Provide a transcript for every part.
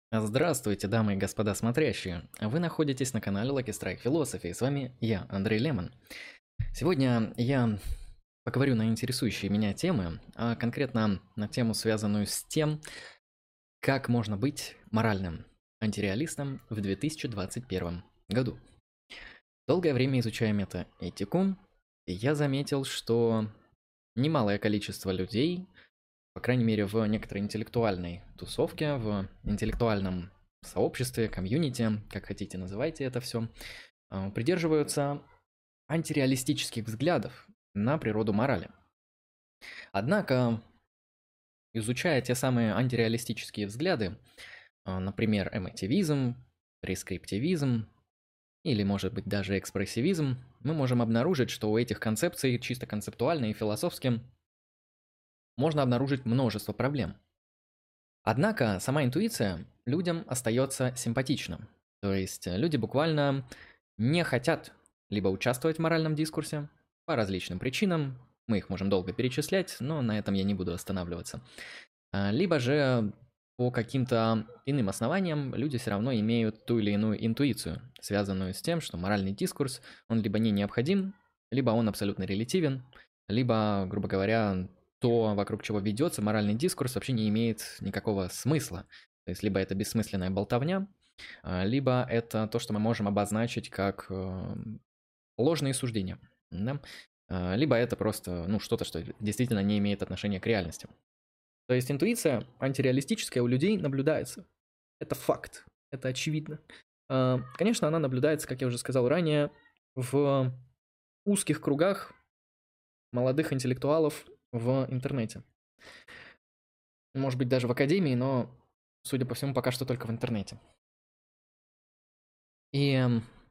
Здравствуйте, дамы и господа смотрящие. Вы находитесь на канале Lucky Strike Philosophy. С вами я, Андрей Лемон. Сегодня я поговорю на интересующие меня темы, а конкретно на тему, связанную с тем, как можно быть моральным антиреалистом в 2021 году. Долгое время изучая метаэтику, я заметил, что немалое количество людей, по крайней мере, в некоторой интеллектуальной тусовке, в интеллектуальном сообществе, комьюнити, как хотите называйте это все, придерживаются антиреалистических взглядов на природу морали. Однако, изучая те самые антиреалистические взгляды, например, эмотивизм, прескриптивизм или, может быть, даже экспрессивизм, мы можем обнаружить, что у этих концепций, чисто концептуально и философски, можно обнаружить множество проблем. Однако сама интуиция людям остается симпатична. То есть люди буквально не хотят либо участвовать в моральном дискурсе по различным причинам, мы их можем долго перечислять, но на этом я не буду останавливаться. Либо же по каким-то иным основаниям люди все равно имеют ту или иную интуицию, связанную с тем, что моральный дискурс, он либо не необходим, либо он абсолютно релятивен, либо, грубо говоря, то, вокруг чего ведется моральный дискурс, вообще не имеет никакого смысла. То есть, либо это бессмысленная болтовня, либо это то, что мы можем обозначить как ложные суждения. Да? Либо это просто что-то, что действительно не имеет отношения к реальности. То есть интуиция антиреалистическая у людей наблюдается. Это факт, это очевидно. Конечно, она наблюдается, как я уже сказал ранее, в узких кругах молодых интеллектуалов в интернете. Может быть, даже в академии, но, судя по всему, пока что только в интернете. И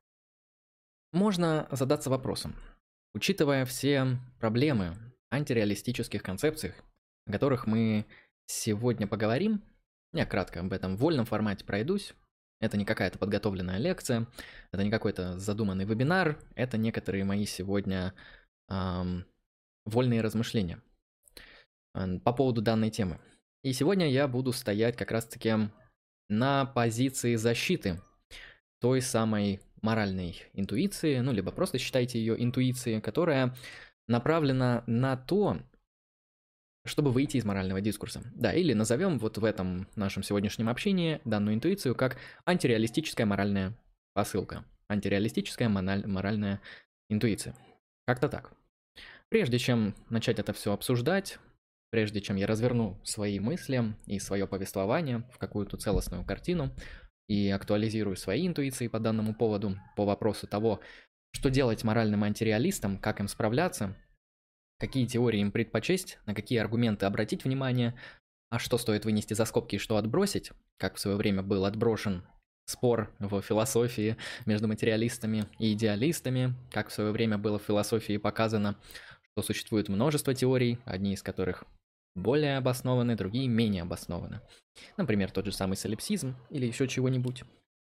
можно задаться вопросом, учитывая все проблемы антиреалистических концепций, о которых мы сегодня поговорим, я кратко об этом в вольном формате пройдусь. Это не какая-то подготовленная лекция, это не какой-то задуманный вебинар, это некоторые мои сегодня вольные размышления по поводу данной темы. И сегодня я буду стоять как раз-таки на позиции защиты той самой моральной интуиции, либо просто считайте ее интуицией, которая направлена на то, чтобы выйти из морального дискурса. Да, или назовем вот в этом нашем сегодняшнем общении данную интуицию как антиреалистическая моральная посылка. Антиреалистическая моральная интуиция. Как-то так. Прежде чем начать это все обсуждать, прежде чем я разверну свои мысли и свое повествование в какую-то целостную картину и актуализирую свои интуиции по данному поводу, по вопросу того, что делать моральным антиреалистам, как им справляться, какие теории им предпочесть, на какие аргументы обратить внимание, а что стоит вынести за скобки и что отбросить, как в свое время был отброшен спор в философии между материалистами и идеалистами, как в свое время было в философии показано, что существует множество теорий, одни из которых более обоснованы, другие менее обоснованы. Например, тот же самый солипсизм или еще чего-нибудь.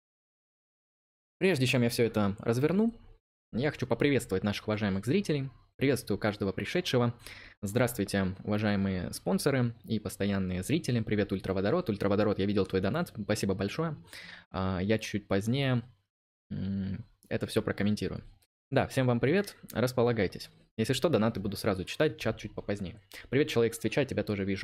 Прежде чем я все это разверну, я хочу поприветствовать наших уважаемых зрителей. Приветствую каждого пришедшего. Здравствуйте, уважаемые спонсоры и постоянные зрители. Привет, Ультраводород. Ультраводород, я видел твой донат. Спасибо большое. Я чуть позднее это все прокомментирую. Да, всем вам привет. Располагайтесь. Если что, донаты буду сразу читать, чат чуть попозднее. Привет, человек с Твича, тебя тоже вижу.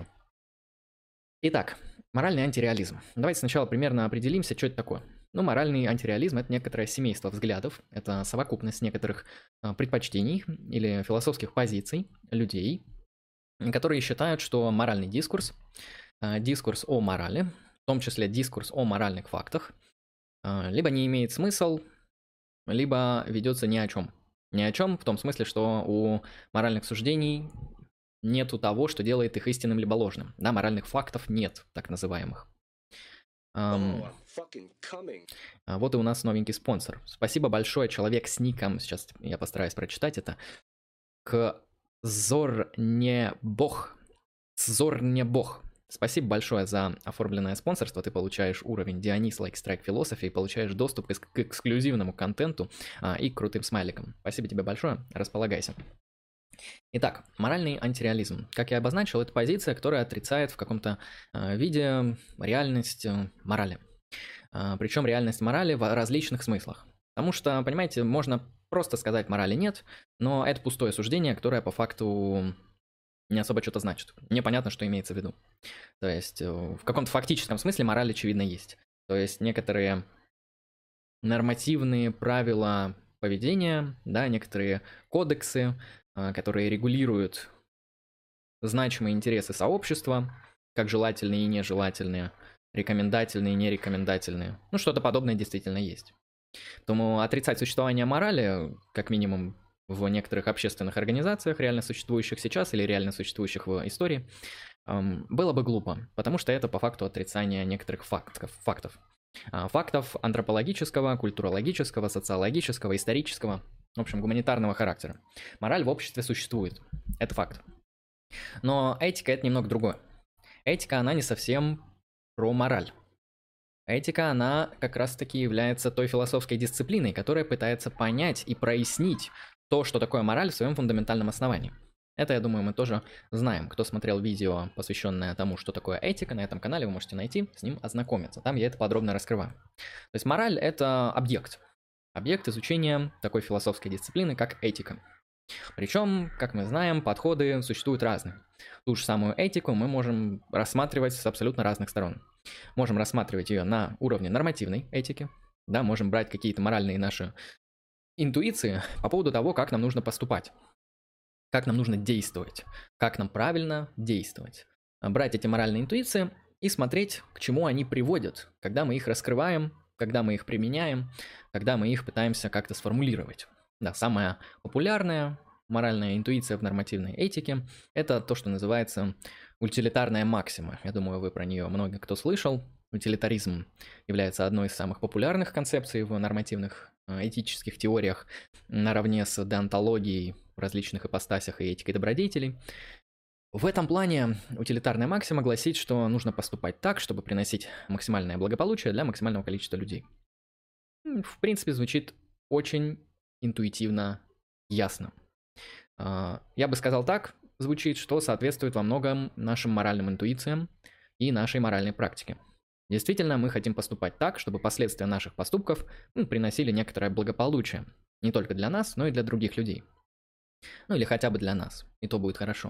Итак, моральный антиреализм. Давайте сначала примерно определимся, что это такое. Моральный антиреализм – это некоторое семейство взглядов, это совокупность некоторых предпочтений или философских позиций людей, которые считают, что моральный дискурс, дискурс о морали, в том числе дискурс о моральных фактах, либо не имеет смысл, либо ведется ни о чем. Ни о чем в том смысле, что у моральных суждений нету того, что делает их истинным либо ложным. Да, моральных фактов нет, так называемых. Вот и у нас новенький спонсор. Спасибо большое, человек с ником. Сейчас я постараюсь прочитать это. Кзорнебог. Зорнебог. Спасибо большое за оформленное спонсорство. Ты получаешь уровень Дионис Like Strike Philosophy и получаешь доступ к эксклюзивному контенту и к крутым смайликам. Спасибо тебе большое. Располагайся. Итак, моральный антиреализм. Как я обозначил, это позиция, которая отрицает в каком-то виде реальность морали. Причем реальность морали в различных смыслах. Потому что, понимаете, можно просто сказать морали нет, но это пустое суждение, которое по факту не особо что-то значит. Непонятно, что имеется в виду. То есть в каком-то фактическом смысле мораль, очевидно, есть. То есть некоторые нормативные правила поведения, да, некоторые кодексы, которые регулируют значимые интересы сообщества, как желательные и нежелательные, рекомендательные и нерекомендательные. Ну, что-то подобное действительно есть. Поэтому отрицать существование морали, как минимум в некоторых общественных организациях, реально существующих сейчас или реально существующих в истории, было бы глупо, потому что это по факту отрицание некоторых фактов. Фактов антропологического, культурологического, социологического, исторического, в общем, гуманитарного характера. Мораль в обществе существует, это факт. Но этика – это немного другое. Этика, она не совсем про мораль. Этика, она как раз-таки является той философской дисциплиной, которая пытается понять и прояснить то, что такое мораль в своем фундаментальном основании. Это, я думаю, мы тоже знаем. Кто смотрел видео, посвященное тому, что такое этика, на этом канале вы можете найти, с ним ознакомиться. Там я это подробно раскрываю. То есть мораль – это объект. Объект изучения такой философской дисциплины, как этика. Причем, как мы знаем, подходы существуют разные. Ту же самую этику мы можем рассматривать с абсолютно разных сторон. Можем рассматривать ее на уровне нормативной этики, да, можем брать какие-то моральные наши интуиции по поводу того, как нам нужно поступать, как нам нужно действовать, как нам правильно действовать. Брать эти моральные интуиции и смотреть, к чему они приводят, когда мы их раскрываем, когда мы их применяем, когда мы их пытаемся как-то сформулировать. Да, самая популярная моральная интуиция в нормативной этике – это то, что называется утилитарная максима. Я думаю, вы про нее много кто слышал. Утилитаризм является одной из самых популярных концепций в нормативных этических теориях наравне с деонтологией в различных ипостасях и этикой добродетелей. В этом плане утилитарная максима гласит, что нужно поступать так, чтобы приносить максимальное благополучие для максимального количества людей. В принципе, звучит очень интуитивно ясно. Я бы сказал так, звучит, что соответствует во многом нашим моральным интуициям и нашей моральной практике. Действительно, мы хотим поступать так, чтобы последствия наших поступков приносили некоторое благополучие. Не только для нас, но и для других людей. Ну или хотя бы для нас. И то будет хорошо.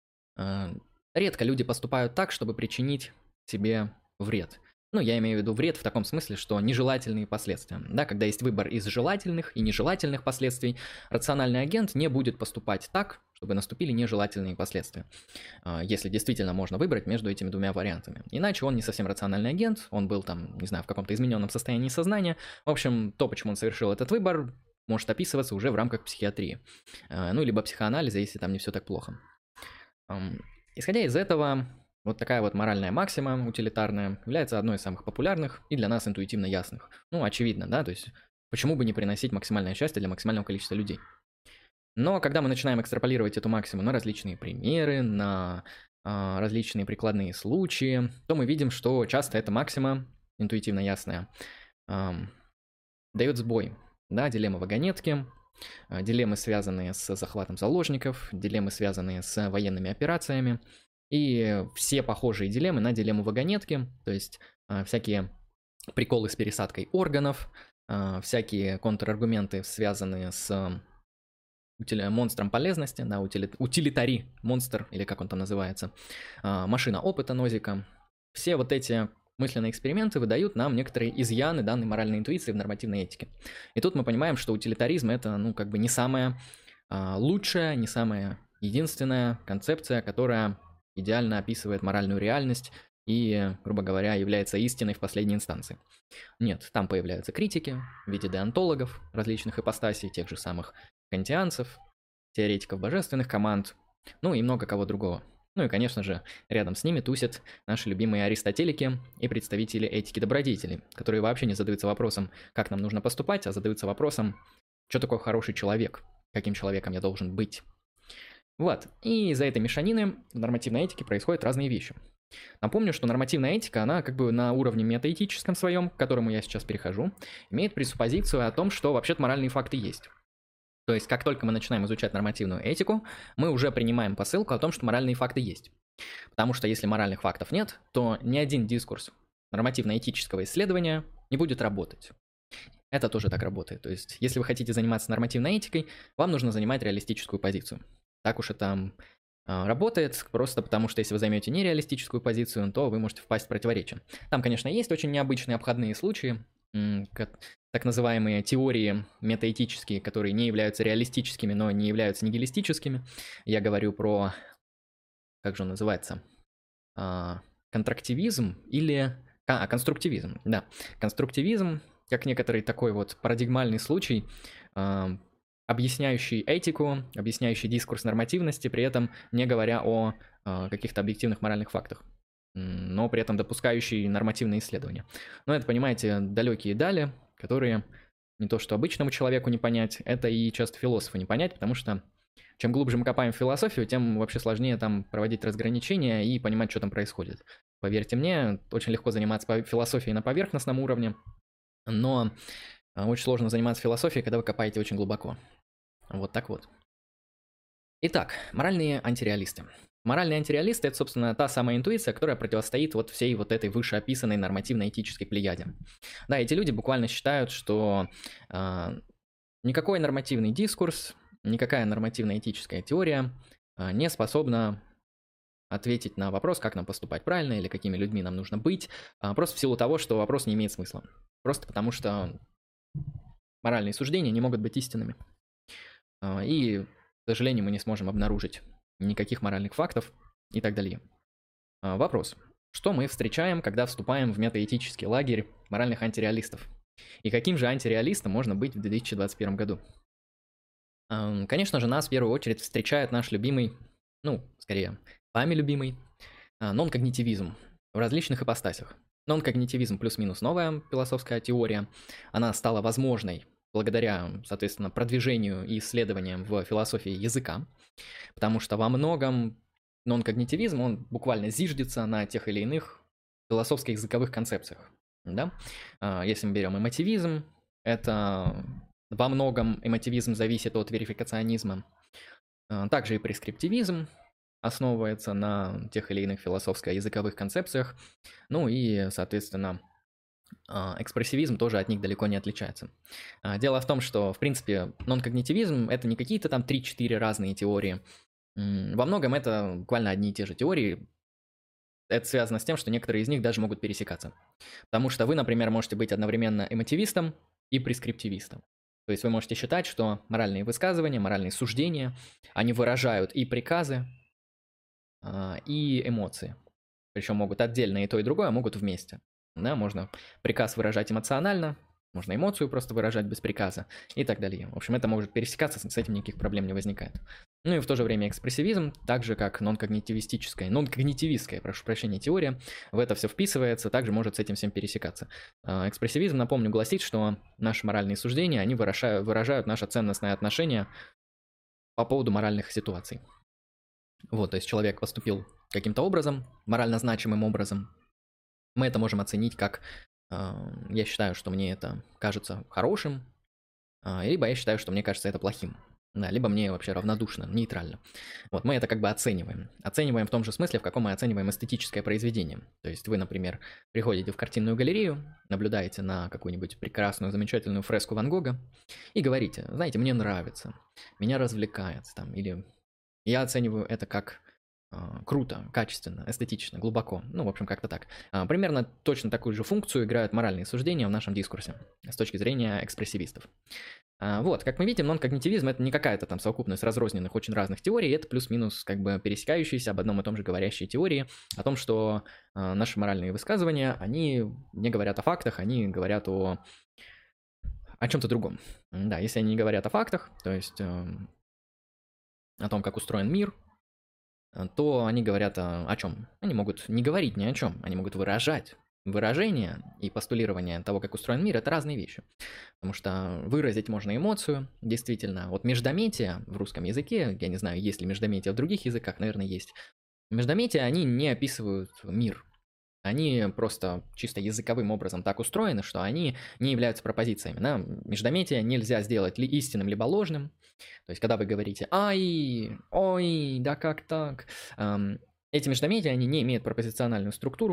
Редко люди поступают так, чтобы причинить себе вред. Ну, я имею в виду вред в таком смысле, что нежелательные последствия. Да, когда есть выбор из желательных и нежелательных последствий, рациональный агент не будет поступать так, чтобы наступили нежелательные последствия. Если действительно можно выбрать между этими двумя вариантами. Иначе он не совсем рациональный агент, он был там, не знаю, в каком-то измененном состоянии сознания. В общем, то, почему он совершил этот выбор, может описываться уже в рамках психиатрии. Ну, либо психоанализа, если там не все так плохо. Исходя из этого, вот такая вот моральная максима утилитарная является одной из самых популярных и для нас интуитивно ясных. Ну, очевидно, да, то есть почему бы не приносить максимальное счастье для максимального количества людей. Но когда мы начинаем экстраполировать эту максиму на различные примеры, на различные прикладные случаи, то мы видим, что часто эта максима, интуитивно ясная, дает сбой. Да, дилемма вагонетки, дилеммы, связанные с захватом заложников, дилеммы, связанные с военными операциями, и все похожие дилеммы на дилемму вагонетки, то есть всякие приколы с пересадкой органов, всякие контраргументы, связанные с монстром полезности, да, утилитари монстр, или как он там называется, машина опыта Нозика. Все вот эти мысленные эксперименты выдают нам некоторые изъяны данной моральной интуиции в нормативной этике. И тут мы понимаем, что утилитаризм это, ну, как бы не самая лучшая, не самая единственная концепция, которая идеально описывает моральную реальность и, грубо говоря, является истиной в последней инстанции. Нет, там появляются критики в виде деонтологов различных ипостасей, тех же самых кантианцев, теоретиков божественных команд, ну и много кого другого. Ну и, конечно же, рядом с ними тусят наши любимые аристотелики и представители этики добродетелей, которые вообще не задаются вопросом, как нам нужно поступать, а задаются вопросом, что такое хороший человек, каким человеком я должен быть. Вот, и из-за этой мешанины в нормативной этике происходят разные вещи. Напомню, что нормативная этика, она как бы на уровне метаэтическом своем, к которому я сейчас перехожу, имеет пресуппозицию о том, что вообще-то моральные факты есть. То есть, как только мы начинаем изучать нормативную этику, мы уже принимаем посылку о том, что моральные факты есть. Потому что если моральных фактов нет, то ни один дискурс нормативно-этического исследования не будет работать. Это тоже так работает. То есть, если вы хотите заниматься нормативной этикой, вам нужно занимать реалистическую позицию. Так уж это работает, просто потому что если вы займете нереалистическую позицию, то вы можете впасть в противоречие. Там, конечно, есть очень необычные обходные случаи, так называемые теории метаэтические, которые не являются реалистическими, но не являются нигилистическими. Я говорю про, как же он называется, контрактивизм или... конструктивизм, да. Конструктивизм, как некоторый такой вот парадигмальный случай, объясняющий этику, объясняющий дискурс нормативности, при этом не говоря о каких-то объективных моральных фактах, но при этом допускающий нормативные исследования. Но это, понимаете, далекие дали, которые не то что обычному человеку не понять, это и часто философу не понять, потому что чем глубже мы копаем в философию, тем вообще сложнее там проводить разграничения и понимать, что там происходит. Поверьте мне, очень легко заниматься философией на поверхностном уровне, но очень сложно заниматься философией, когда вы копаете очень глубоко. Вот так вот. Итак, моральные антиреалисты. Моральные антиреалисты – это, собственно, та самая интуиция, которая противостоит вот всей вот этой вышеописанной нормативно-этической плеяде. Да, эти люди буквально считают, что никакой нормативный дискурс, никакая нормативно-этическая теория не способна ответить на вопрос, как нам поступать правильно или какими людьми нам нужно быть, просто в силу того, что вопрос не имеет смысла. Просто потому что моральные суждения не могут быть истинными. И, к сожалению, мы не сможем обнаружить никаких моральных фактов и так далее. Вопрос. Что мы встречаем, когда вступаем в метаэтический лагерь моральных антиреалистов? И каким же антиреалистом можно быть в 2021 году? Конечно же, нас в первую очередь встречает наш любимый, скорее, вами любимый, нон-когнитивизм в различных ипостасях. Нон-когнитивизм плюс-минус новая философская теория. Она стала возможной благодаря, соответственно, продвижению и исследованиям в философии языка, потому что во многом нон-когнитивизм, он буквально зиждется на тех или иных философских языковых концепциях. Да? Если мы берем эмотивизм, это во многом эмотивизм зависит от верификационизма. Также и прескриптивизм основывается на тех или иных философско-языковых концепциях. Ну и, соответственно, экспрессивизм тоже от них далеко не отличается. Дело в том, что, в принципе, нон-когнитивизм – это не какие-то там 3-4 разные теории. Во многом это буквально одни и те же теории. Это связано с тем, что некоторые из них даже могут пересекаться. Потому что вы, например, можете быть одновременно эмотивистом и прескриптивистом. То есть вы можете считать, что моральные высказывания, моральные суждения, они выражают и приказы, и эмоции. Причем могут отдельно и то, и другое, а могут вместе. Да, можно приказ выражать эмоционально, можно эмоцию просто выражать без приказа и так далее. В общем, это может пересекаться, с этим никаких проблем не возникает. Ну и в то же время экспрессивизм, так же как нон-когнитивистская, прошу прощения, теория, в это все вписывается, также может с этим всем пересекаться. Экспрессивизм, напомню, гласит, что наши моральные суждения, они выражают наше ценностное отношение по поводу моральных ситуаций. Вот, то есть человек поступил каким-то образом, морально значимым образом. Мы это можем оценить как я считаю, что мне это кажется хорошим, либо я считаю, что мне кажется это плохим. Да, либо мне вообще равнодушно, нейтрально. Вот, мы это как бы оцениваем. Оцениваем в том же смысле, в каком мы оцениваем эстетическое произведение. То есть вы, например, приходите в картинную галерею, наблюдаете на какую-нибудь прекрасную, замечательную фреску Ван Гога и говорите, знаете, мне нравится, меня развлекает, там, или я оцениваю это как круто, качественно, эстетично, глубоко. Ну, в общем, как-то так. Примерно точно такую же функцию играют моральные суждения в нашем дискурсе с точки зрения экспрессивистов. Вот, как мы видим, нон-когнитивизм – это не какая-то там совокупность разрозненных, очень разных теорий, это плюс-минус как бы пересекающиеся об одном и том же говорящие теории, о том, что наши моральные высказывания, они не говорят о фактах, они говорят о чем-то другом. Да, если они не говорят о фактах, то есть о том, как устроен мир, то они говорят о чем? Они могут не говорить ни о чем, они могут выражать. Выражение и постулирование того, как устроен мир, это разные вещи. Потому что выразить можно эмоцию, действительно. Вот междометия в русском языке, я не знаю, есть ли междометия в других языках, наверное, есть. Междометия, они не описывают мир. Они просто чисто языковым образом так устроены, что они не являются пропозициями. Да? Междометия нельзя сделать ли истинным, либо ложным. То есть, когда вы говорите «ай», «ой», «да как так?», эти междометия, они не имеют пропозициональную структуру,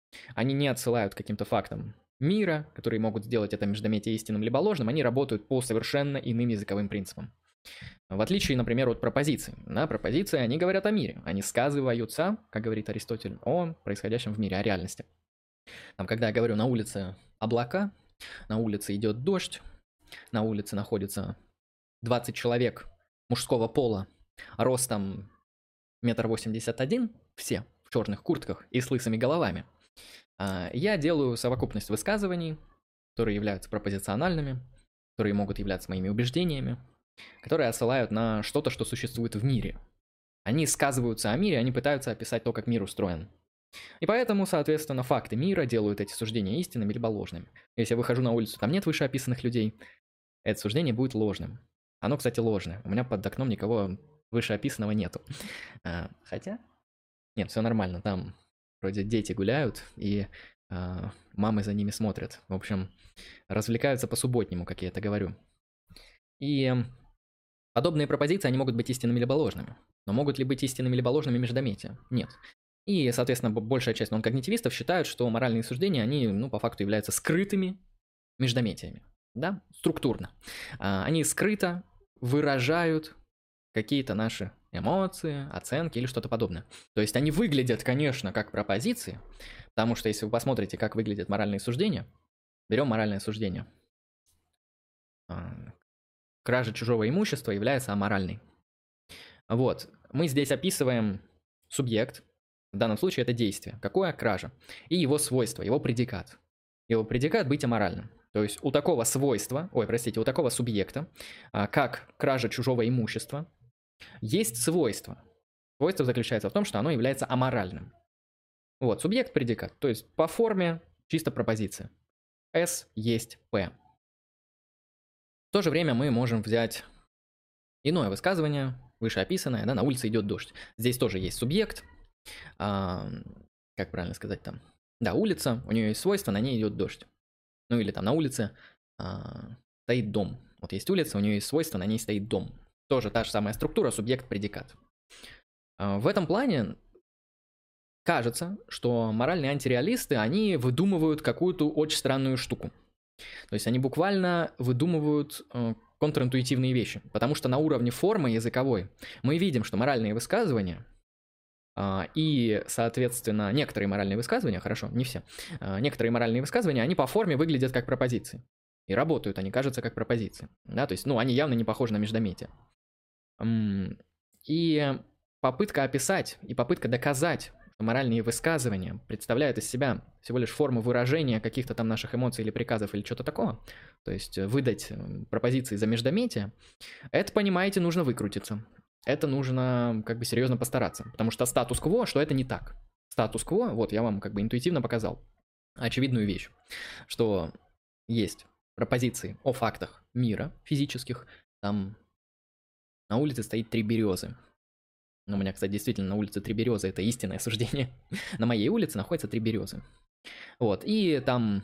Они не отсылают к каким-то фактам мира, которые могут сделать это междометие истинным либо ложным, они работают по совершенно иным языковым принципам. В отличие, например, от пропозиций. Да, пропозиции, они говорят о мире. Они сказываются, как говорит Аристотель, о происходящем в мире, о реальности. Там, когда я говорю, на улице облака, на улице идет дождь, на улице находится 20 человек мужского пола, ростом 1,81 м, все в черных куртках и с лысыми головами. Я делаю совокупность высказываний, которые являются пропозициональными, которые могут являться моими убеждениями, которые отсылают на что-то, что существует в мире. Они сказываются о мире, они пытаются описать то, как мир устроен. И поэтому, соответственно, факты мира делают эти суждения истинными либо ложными. Если я выхожу на улицу, там нет вышеописанных людей, это суждение будет ложным. Оно, кстати, ложное. У меня под окном никого вышеописанного нету. Хотя... Нет, все нормально. Там вроде дети гуляют, и мамы за ними смотрят. В общем, развлекаются по-субботнему, как я это говорю. И подобные пропозиции, они могут быть истинными либо ложными. Но могут ли быть истинными либо ложными междометия? Нет. И, соответственно, большая часть нон-когнитивистов считают, что моральные суждения, они, по факту являются скрытыми междометиями. Да, структурно. Они скрыто выражают какие-то наши эмоции, оценки или что-то подобное. То есть они выглядят, конечно, как пропозиции, потому что если вы посмотрите, как выглядят моральные суждения, берем моральное суждение. Кража чужого имущества является аморальной. Вот, мы здесь описываем субъект, в данном случае это действие. Какое? Кража. И его свойство, его предикат. Его предикат быть аморальным. То есть у такого свойства, у такого субъекта, как кража чужого имущества, есть свойство. Свойство заключается в том, что оно является аморальным. Вот, субъект-предикат. То есть по форме чисто пропозиция. S есть P. В то же время мы можем взять иное высказывание, вышеописанное, да, на улице идет дождь. Здесь тоже есть субъект. Как правильно сказать там? Да, улица, у нее есть свойство, на ней идет дождь. Ну или там на улице стоит дом. Вот есть улица, у нее есть свойство, на ней стоит дом. Тоже та же самая структура, субъект-предикат. В этом плане кажется, что моральные антиреалисты, они выдумывают какую-то очень странную штуку. То есть они буквально выдумывают контринтуитивные вещи. Потому что на уровне формы языковой мы видим, что моральные высказывания и, соответственно, некоторые моральные высказывания, хорошо, не все, некоторые моральные высказывания, они по форме выглядят как пропозиции. И работают они, кажутся, как пропозиции. Да, то есть, они явно не похожи на междометие. И попытка описать, и попытка доказать, что моральные высказывания представляют из себя всего лишь форму выражения каких-то там наших эмоций или приказов или что-то такого, то есть выдать пропозиции за междометие, это, понимаете, нужно выкрутиться. Это нужно как бы серьезно постараться, потому что статус-кво, что это не так. Статус-кво, вот я вам как бы интуитивно показал очевидную вещь, что есть пропозиции о фактах мира физических, там на улице стоит 3 березы. У меня, кстати, действительно на улице 3 березы, это истинное суждение. На моей улице находятся 3 березы. Вот, и там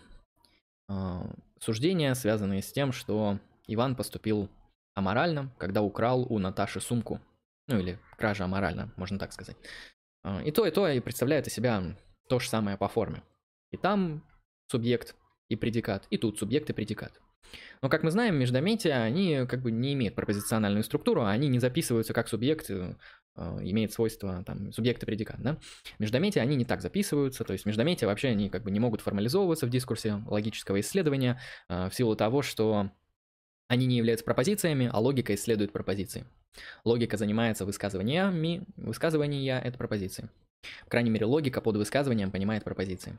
суждения, связанные с тем, что Иван поступил аморально, когда украл у Наташи сумку. Или кража аморальна, можно так сказать. И то и представляет из себя то же самое по форме. И там субъект и предикат, и тут субъект и предикат. Но, как мы знаем, междометия, они как бы не имеют пропозициональную структуру, они не записываются как субъект, имеет свойства там субъект и предикат, да? Междометия, они не так записываются, то есть междометия вообще они как бы не могут формализовываться в дискурсе логического исследования в силу того, что они не являются пропозициями, а логика исследует пропозиции. Логика занимается высказываниями, высказывания – это пропозиции. По крайней мере, логика под высказыванием понимает пропозиции.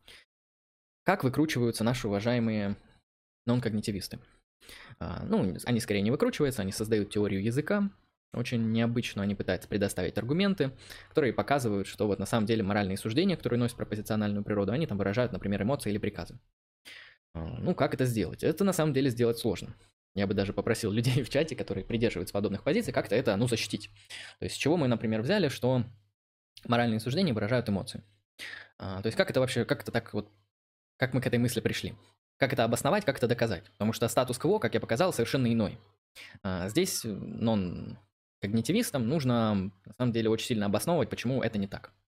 Как выкручиваются наши уважаемые нон-когнитивисты? Они скорее не выкручиваются, они создают теорию языка. Очень необычно они пытаются предоставить аргументы, которые показывают, что вот на самом деле моральные суждения, которые носят пропозициональную природу, они там выражают, например, эмоции или приказы. Как это сделать? Это на самом деле сделать сложно. Я бы даже попросил людей в чате, которые придерживаются подобных позиций, как-то это, защитить. То есть с чего мы, например, взяли, что моральные суждения выражают эмоции. То есть как это вообще, как это так вот, как мы к этой мысли пришли? Как это обосновать, как это доказать? Потому что статус-кво, как я показал, совершенно иной. Здесь нон-когнитивистам нужно, на самом деле, очень сильно обосновывать, почему это не так.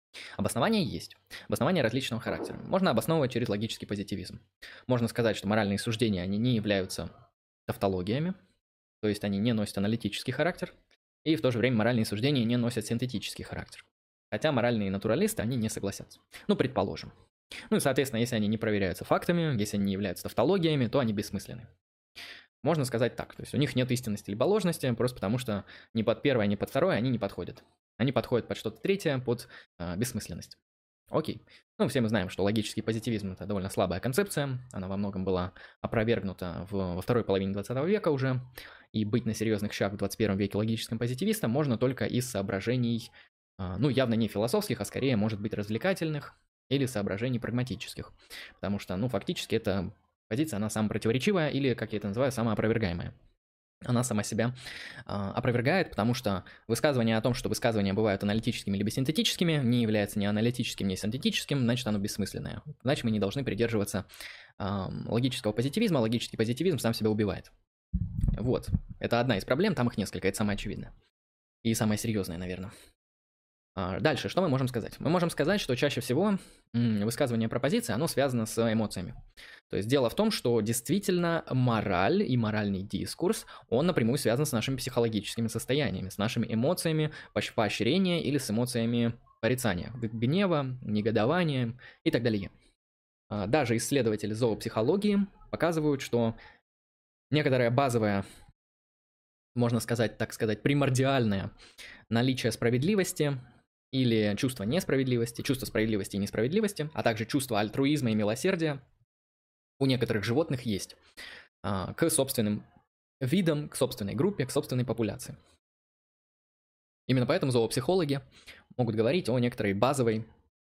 Обоснования есть. Обоснования различного характера. Можно обосновывать через логический позитивизм. Можно сказать, что моральные суждения, они не являются тавтологиями, то есть они не носят аналитический характер, и в то же время моральные суждения не носят синтетический характер. Хотя моральные натуралисты, они не согласятся. Ну, предположим. Ну и, соответственно, если они не проверяются фактами, если они не являются тавтологиями, то они бессмысленны. Можно сказать так, то есть у них нет истинности либо ложности, просто потому что ни под первое, ни под второе они не подходят. Они подходят под что-то третье, под бессмысленность. Окей. Ну, все мы знаем, что логический позитивизм – это довольно слабая концепция, она во многом была опровергнута во второй половине 20 века уже, и быть на серьезных щах в 21 веке логическим позитивистом можно только из соображений, ну, явно не философских, а скорее, может быть, развлекательных или соображений прагматических, потому что, ну, фактически эта позиция, она самопротиворечивая или, как я это называю, самоопровергаемая. Она сама себя опровергает, потому что высказывание о том, что высказывания бывают аналитическими либо синтетическими, не является ни аналитическим, ни синтетическим, значит, оно бессмысленное. Значит, мы не должны придерживаться логического позитивизма. Логический позитивизм сам себя убивает. Вот. Это одна из проблем, там их несколько, это самое очевидное. И самое серьезное, наверное. Дальше, что мы можем сказать? Мы можем сказать, что чаще всего высказывание пропозиции, оно связано с эмоциями. То есть дело в том, что действительно мораль и моральный дискурс, он напрямую связан с нашими психологическими состояниями, с нашими эмоциями поощрения или с эмоциями порицания, гнева, негодования и так далее. Даже исследователи зоопсихологии показывают, что некоторая базовая, можно сказать, так сказать, примордиальное наличие справедливости или чувство несправедливости, чувство справедливости и несправедливости, а также чувство альтруизма и милосердия у некоторых животных есть к собственным видам, к собственной группе, к собственной популяции. Именно поэтому зоопсихологи могут говорить о некоторой базовых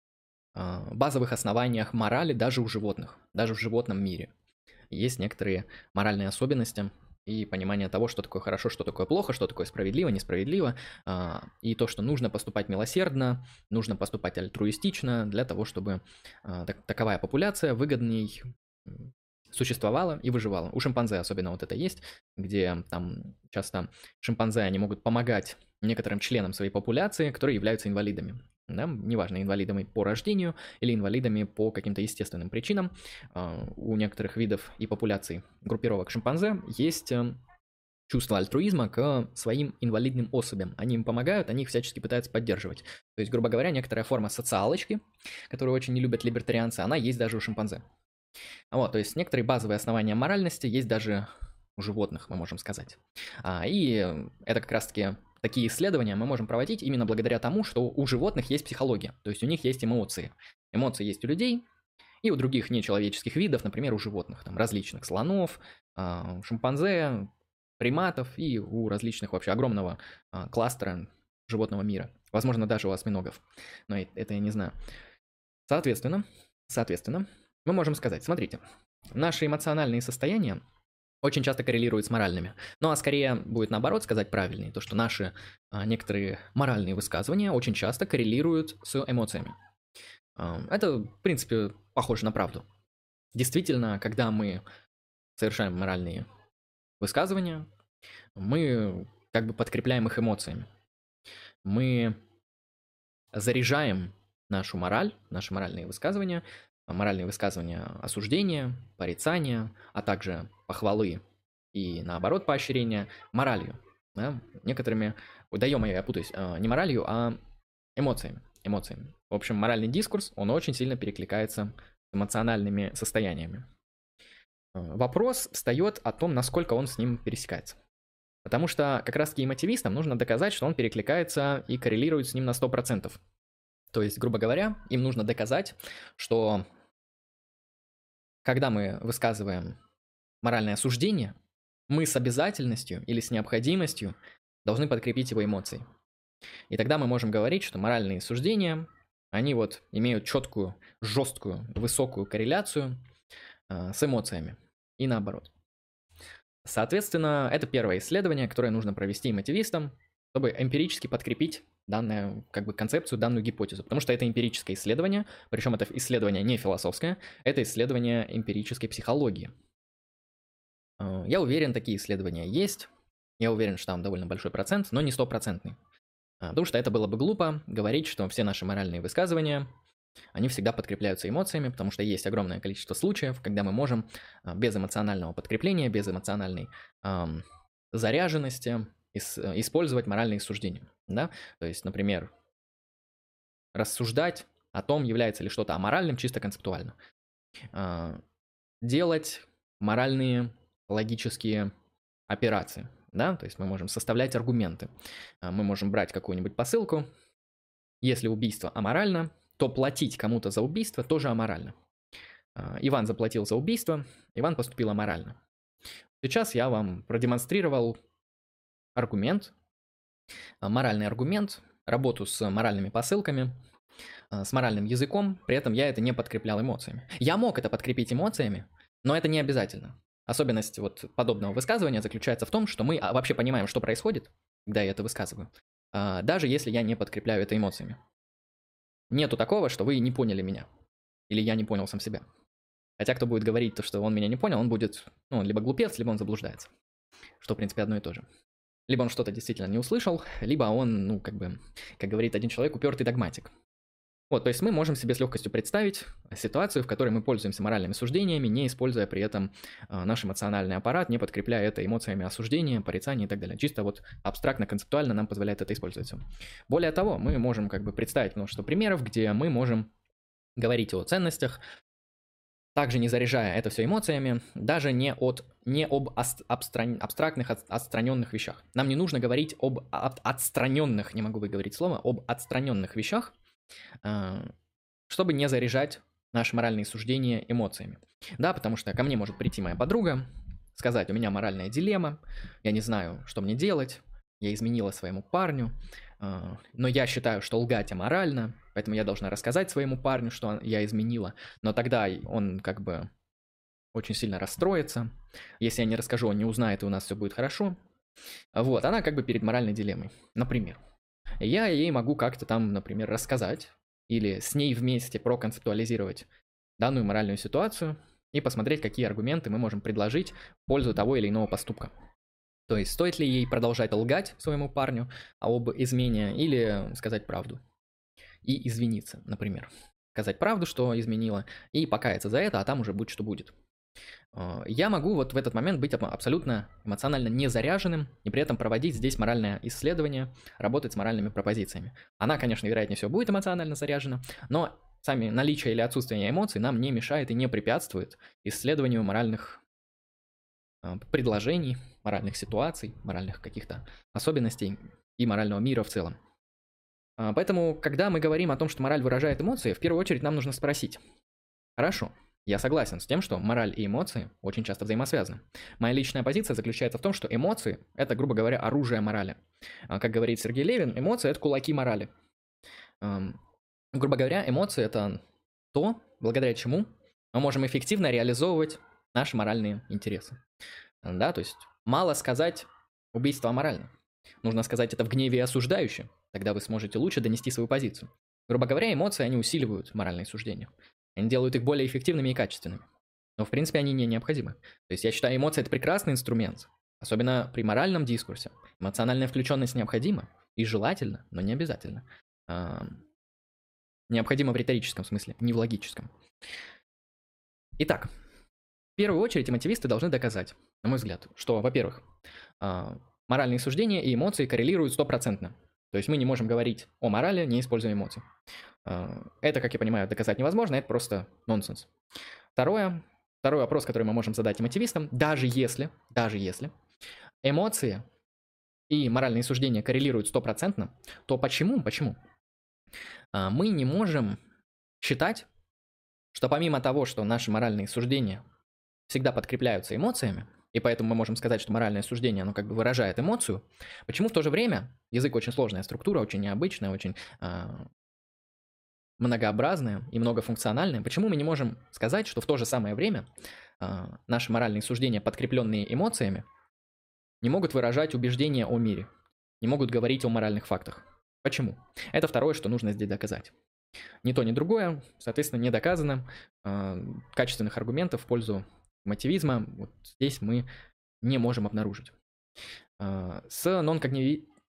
основаниях морали даже у животных, даже в животном мире. Есть некоторые моральные особенности и понимание того, что такое хорошо, что такое плохо, что такое справедливо, несправедливо, и то, что нужно поступать милосердно, нужно поступать альтруистично для того, чтобы таковая популяция выгодней существовала и выживала. У шимпанзе особенно вот это есть, где там часто шимпанзе, они могут помогать некоторым членам своей популяции, которые являются инвалидами. Да, неважно, инвалидами по рождению или инвалидами по каким-то естественным причинам. У некоторых видов и популяций группировок шимпанзе есть чувство альтруизма к своим инвалидным особям. Они им помогают, они их всячески пытаются поддерживать. То есть, грубо говоря, некоторая форма социалочки, которую очень не любят либертарианцы, она есть даже у шимпанзе. Вот, то есть некоторые базовые основания моральности есть даже у животных, мы можем сказать. И это как раз-таки такие исследования мы можем проводить именно благодаря тому, что у животных есть психология, то есть у них есть эмоции. Эмоции есть у людей и у других нечеловеческих видов, например, у животных, там различных слонов, шимпанзе, приматов и у различных вообще огромного кластера животного мира. Возможно, даже у осьминогов, но это я не знаю. Соответственно, мы можем сказать, смотрите, наши эмоциональные состояния очень часто коррелируют с моральными. Ну а скорее будет наоборот сказать правильнее, то что наши некоторые моральные высказывания очень часто коррелируют с эмоциями. Это, в принципе, похоже на правду. Действительно, когда мы совершаем моральные высказывания, мы как бы подкрепляем их эмоциями. Мы заряжаем нашу мораль, наши моральные высказывания осуждения, порицания, а также похвалы и, наоборот, поощрения моралью. Да? Некоторыми, я путаюсь, не моралью, а эмоциями. В общем, моральный дискурс, он очень сильно перекликается с эмоциональными состояниями. Вопрос встает о том, насколько он с ним пересекается. Потому что как раз-таки эмотивистам нужно доказать, что он перекликается и коррелирует с ним на 100%. То есть, грубо говоря, им нужно доказать, что когда мы высказываем моральное суждение, мы с обязательностью или с необходимостью должны подкрепить его эмоции. И тогда мы можем говорить, что моральные суждения, они вот имеют четкую, жесткую, высокую корреляцию с эмоциями. И наоборот. Соответственно, это первое исследование, которое нужно провести эмотивистам, чтобы эмпирически подкрепить данную концепцию, данную гипотезу. Потому что это эмпирическое исследование, причем это исследование не философское, это исследование эмпирической психологии. Я уверен, такие исследования есть. Я уверен, что там довольно большой процент, но не стопроцентный. Потому что это было бы глупо говорить, что все наши моральные высказывания, они всегда подкрепляются эмоциями, потому что есть огромное количество случаев, когда мы можем без эмоционального подкрепления, без эмоциональной заряженности использовать моральные суждения. Да? То есть, например, рассуждать о том, является ли что-то аморальным чисто концептуально. Делать моральные логические операции. Да? То есть мы можем составлять аргументы. Мы можем брать какую-нибудь посылку. Если убийство аморально, то платить кому-то за убийство тоже аморально. Иван заплатил за убийство, Иван поступил аморально. Сейчас я вам продемонстрировал аргумент, моральный аргумент, работу с моральными посылками, с моральным языком, при этом я это не подкреплял эмоциями. Я мог это подкрепить эмоциями, но это не обязательно. Особенность вот подобного высказывания заключается в том, что мы вообще понимаем, что происходит, когда я это высказываю, даже если я не подкрепляю это эмоциями. Нету такого, что вы не поняли меня, или я не понял сам себя. Хотя кто будет говорить то, что он меня не понял, он будет, либо глупец, либо он заблуждается. Что, в принципе, одно и то же. Либо он что-то действительно не услышал, либо он, как говорит один человек, упертый догматик. Вот, то есть мы можем себе с легкостью представить ситуацию, в которой мы пользуемся моральными суждениями, не используя при этом наш эмоциональный аппарат, не подкрепляя это эмоциями осуждения, порицания и так далее. Чисто вот абстрактно, концептуально нам позволяет это использовать. Более того, мы можем представить множество примеров, где мы можем говорить о ценностях, также не заряжая это все эмоциями, даже не об абстрактных, отстраненных вещах. Нам не нужно говорить об отстраненных, не могу выговорить слово, об отстраненных вещах, чтобы не заряжать наши моральные суждения эмоциями. Да, потому что ко мне может прийти моя подруга, сказать, у меня моральная дилемма, я не знаю, что мне делать, я изменила своему парню, но я считаю, что лгать аморально, поэтому я должна рассказать своему парню, что я изменила, но тогда он очень сильно расстроится. Если я не расскажу, он не узнает, и у нас все будет хорошо. Вот, она перед моральной дилеммой, например. Я ей могу как-то там, например, рассказать или с ней вместе проконцептуализировать данную моральную ситуацию и посмотреть, какие аргументы мы можем предложить в пользу того или иного поступка. То есть, стоит ли ей продолжать лгать своему парню об измене или сказать правду и извиниться, например. Сказать правду, что изменила, и покаяться за это, а там уже будь что будет. Я могу вот в этот момент быть абсолютно эмоционально незаряженным и при этом проводить здесь моральное исследование, работать с моральными пропозициями. Она, конечно, вероятнее всего будет эмоционально заряжена, но сами наличие или отсутствие эмоций нам не мешает и не препятствует исследованию моральных предложений, моральных ситуаций, моральных каких-то особенностей и морального мира в целом. Поэтому, когда мы говорим о том, что мораль выражает эмоции, в первую очередь нам нужно спросить: хорошо, я согласен с тем, что мораль и эмоции очень часто взаимосвязаны. Моя личная позиция заключается в том, что эмоции – это, грубо говоря, оружие морали. Как говорит Сергей Левин, эмоции – это кулаки морали. Грубо говоря, эмоции – это то, благодаря чему мы можем эффективно реализовывать наши моральные интересы. Да, то есть мало сказать убийство аморально. Нужно сказать это в гневе и осуждающе, тогда вы сможете лучше донести свою позицию. Грубо говоря, эмоции, они усиливают моральные суждения. Они делают их более эффективными и качественными. Но, в принципе, они не необходимы. То есть я считаю, эмоции – это прекрасный инструмент, особенно при моральном дискурсе. Эмоциональная включенность необходима и желательно, но не обязательно. Необходимо в риторическом смысле, не в логическом. Итак, в первую очередь эмотивисты должны доказать, на мой взгляд, что, во-первых, моральные суждения и эмоции коррелируют 100%. То есть мы не можем говорить о морали, не используя эмоции. Это, как я понимаю, доказать невозможно, это просто нонсенс. Второй вопрос, который мы можем задать эмотивистам: даже если эмоции и моральные суждения коррелируют 100%, то почему мы не можем считать, что помимо того, что наши моральные суждения всегда подкрепляются эмоциями, и поэтому мы можем сказать, что моральное суждение, оно выражает эмоцию, почему в то же время язык очень сложная структура, очень необычная, очень многообразная и многофункциональная, почему мы не можем сказать, что в то же самое время наши моральные суждения, подкрепленные эмоциями, не могут выражать убеждения о мире, не могут говорить о моральных фактах? Почему? Это второе, что нужно здесь доказать. Ни то, ни другое, соответственно, не доказано. Качественных аргументов в пользу мотивизма вот здесь мы не можем обнаружить. С нон-когнитивистским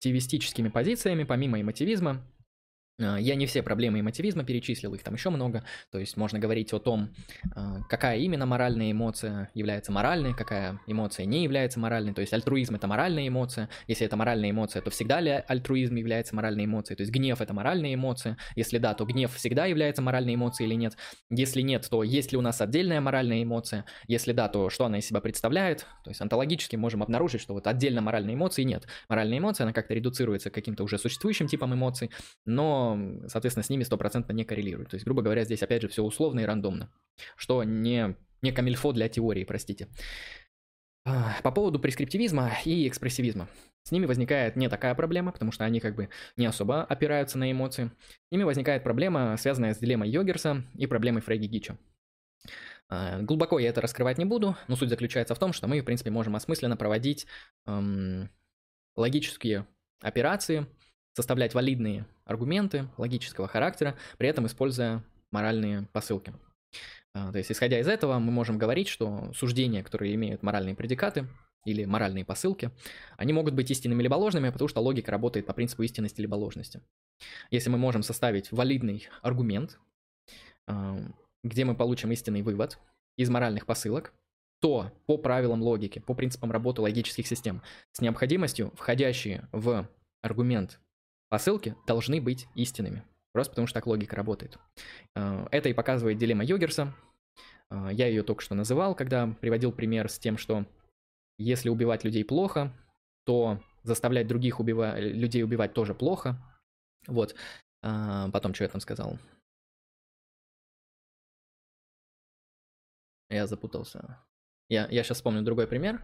конструктивистическими позициями, помимо эмотивизма. Я не все проблемы эмотивизма перечислил, их там еще много. То есть можно говорить о том, какая именно моральная эмоция является моральной, какая эмоция не является моральной. То есть альтруизм – это моральная эмоция. Если это моральная эмоция, то всегда ли альтруизм является моральной эмоцией? То есть гнев – это моральная эмоция. Если да, то гнев всегда является моральной эмоцией или нет? Если нет, то есть ли у нас отдельная моральная эмоция? Если да, то что она из себя представляет? То есть онтологически можем обнаружить, что вот отдельно моральной эмоции нет. Моральная эмоция, она как-то редуцируется к каким-то уже существующим типам эмоций, но, соответственно, с ними стопроцентно не коррелирует. То есть, грубо говоря, здесь опять же все условно и рандомно, что не камильфо для теории, простите. По поводу прескриптивизма и экспрессивизма. С ними возникает не такая проблема, потому что они как бы не особо опираются на эмоции. С ними возникает проблема, связанная с дилеммой Йогерса и проблемой Фрейги Гича. Глубоко я это раскрывать не буду, но суть заключается в том, что мы, в принципе, можем осмысленно проводить логические операции, составлять валидные аргументы логического характера, при этом используя моральные посылки. То есть, исходя из этого, мы можем говорить, что суждения, которые имеют моральные предикаты или моральные посылки, они могут быть истинными либо ложными, потому что логика работает по принципу истинности либо ложности. Если мы можем составить валидный аргумент, где мы получим истинный вывод из моральных посылок, то по правилам логики, по принципам работы логических систем, с необходимостью входящие в аргумент посылки должны быть истинными. Просто потому что так логика работает. Это и показывает дилемма Йогерса. Я ее только что называл, когда приводил пример с тем, что если убивать людей плохо, то заставлять других людей убивать тоже плохо. Вот. Потом, что я там сказал? Я запутался. Я сейчас вспомню другой пример.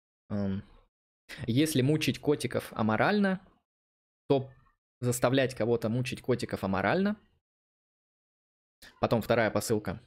Если мучить котиков аморально, то заставлять кого-то мучить котиков аморально. Потом вторая посылка.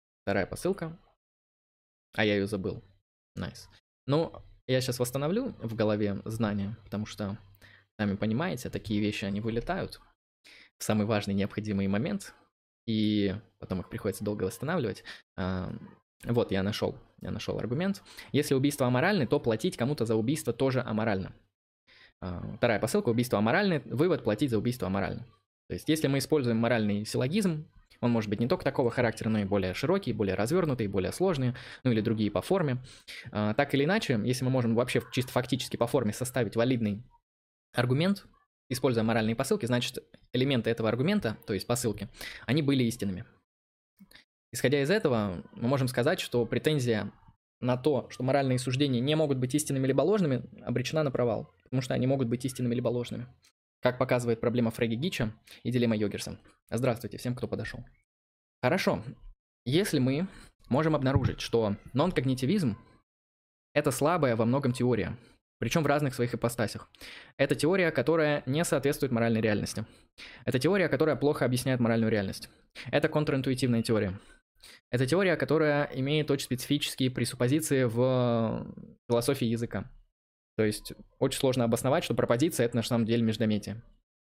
А я ее забыл. Найс. Ну, я сейчас восстановлю в голове знания, потому что, сами понимаете, такие вещи, они вылетают в самый важный необходимый момент, и потом их приходится долго восстанавливать. Вот, я нашел аргумент. Если убийство аморальное, то платить кому-то за убийство тоже аморально. Вторая посылка: убийство аморальное, вывод: платить за убийство аморально. То есть, если мы используем моральный силлогизм, он может быть не только такого характера, но и более широкий, более развернутый, более сложный, ну или другие по форме. Так или иначе, если мы можем вообще чисто фактически по форме составить валидный аргумент, используя моральные посылки, значит, элементы этого аргумента, то есть посылки, они были истинными. Исходя из этого, мы можем сказать, что претензия на то, что моральные суждения не могут быть истинными либо ложными, обречена на провал, потому что они могут быть истинными либо ложными, как показывает проблема Фрейги Гича и дилемма Йогерса. Здравствуйте всем, кто подошел. Хорошо. Если мы можем обнаружить, что нон-когнитивизм – это слабая во многом теория, причем в разных своих ипостасях. Это теория, которая не соответствует моральной реальности. Это теория, которая плохо объясняет моральную реальность. Это контринтуитивная теория. Это теория, которая имеет очень специфические пресуппозиции в философии языка. То есть очень сложно обосновать, что пропозиция – это на самом деле междометие.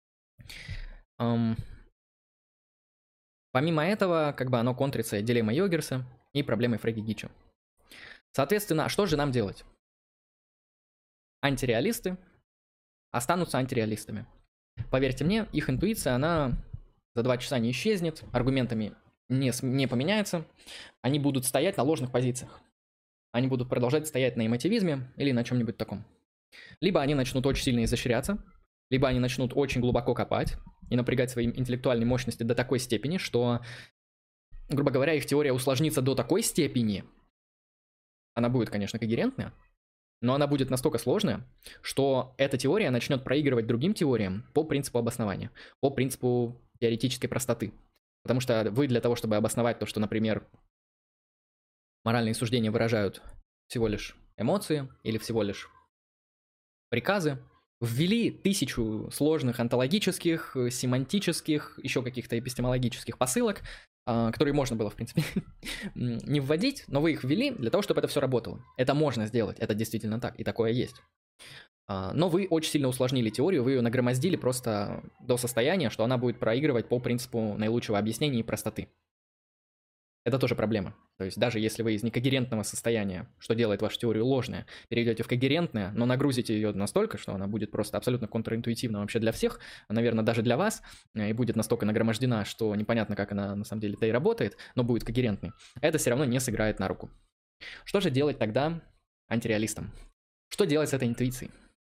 Помимо этого, как бы оно контрится дилеммой Йогерса и проблемой Фрейги Гича. Соответственно, что же нам делать? Антиреалисты останутся антиреалистами. Поверьте мне, их интуиция, она за 2 часа не исчезнет, аргументами не поменяется, они будут стоять на ложных позициях. Они будут продолжать стоять на эмотивизме или на чем-нибудь таком. Либо они начнут очень сильно изощряться, либо они начнут очень глубоко копать и напрягать свои интеллектуальные мощности до такой степени, что, грубо говоря, их теория усложнится до такой степени, она будет, конечно, когерентная, но она будет настолько сложная, что эта теория начнет проигрывать другим теориям по принципу обоснования, по принципу теоретической простоты. Потому что вы для того, чтобы обосновать то, что, например, моральные суждения выражают всего лишь эмоции или всего лишь приказы, ввели 1000 сложных онтологических, семантических, еще каких-то эпистемологических посылок, которые можно было, в принципе, не вводить, но вы их ввели для того, чтобы это все работало. Это можно сделать, это действительно так, и такое есть. Но вы очень сильно усложнили теорию, вы ее нагромоздили просто до состояния, что она будет проигрывать по принципу наилучшего объяснения и простоты. это тоже проблема. То есть даже если вы из некогерентного состояния, что делает вашу теорию ложная, перейдете в когерентное, но нагрузите ее настолько, что она будет просто абсолютно контринтуитивна вообще для всех, наверное, даже для вас, и будет настолько нагромождена, что непонятно, как она на самом деле-то и работает, но будет когерентной, это все равно не сыграет на руку. Что же делать тогда антиреалистам? Что делать с этой интуицией?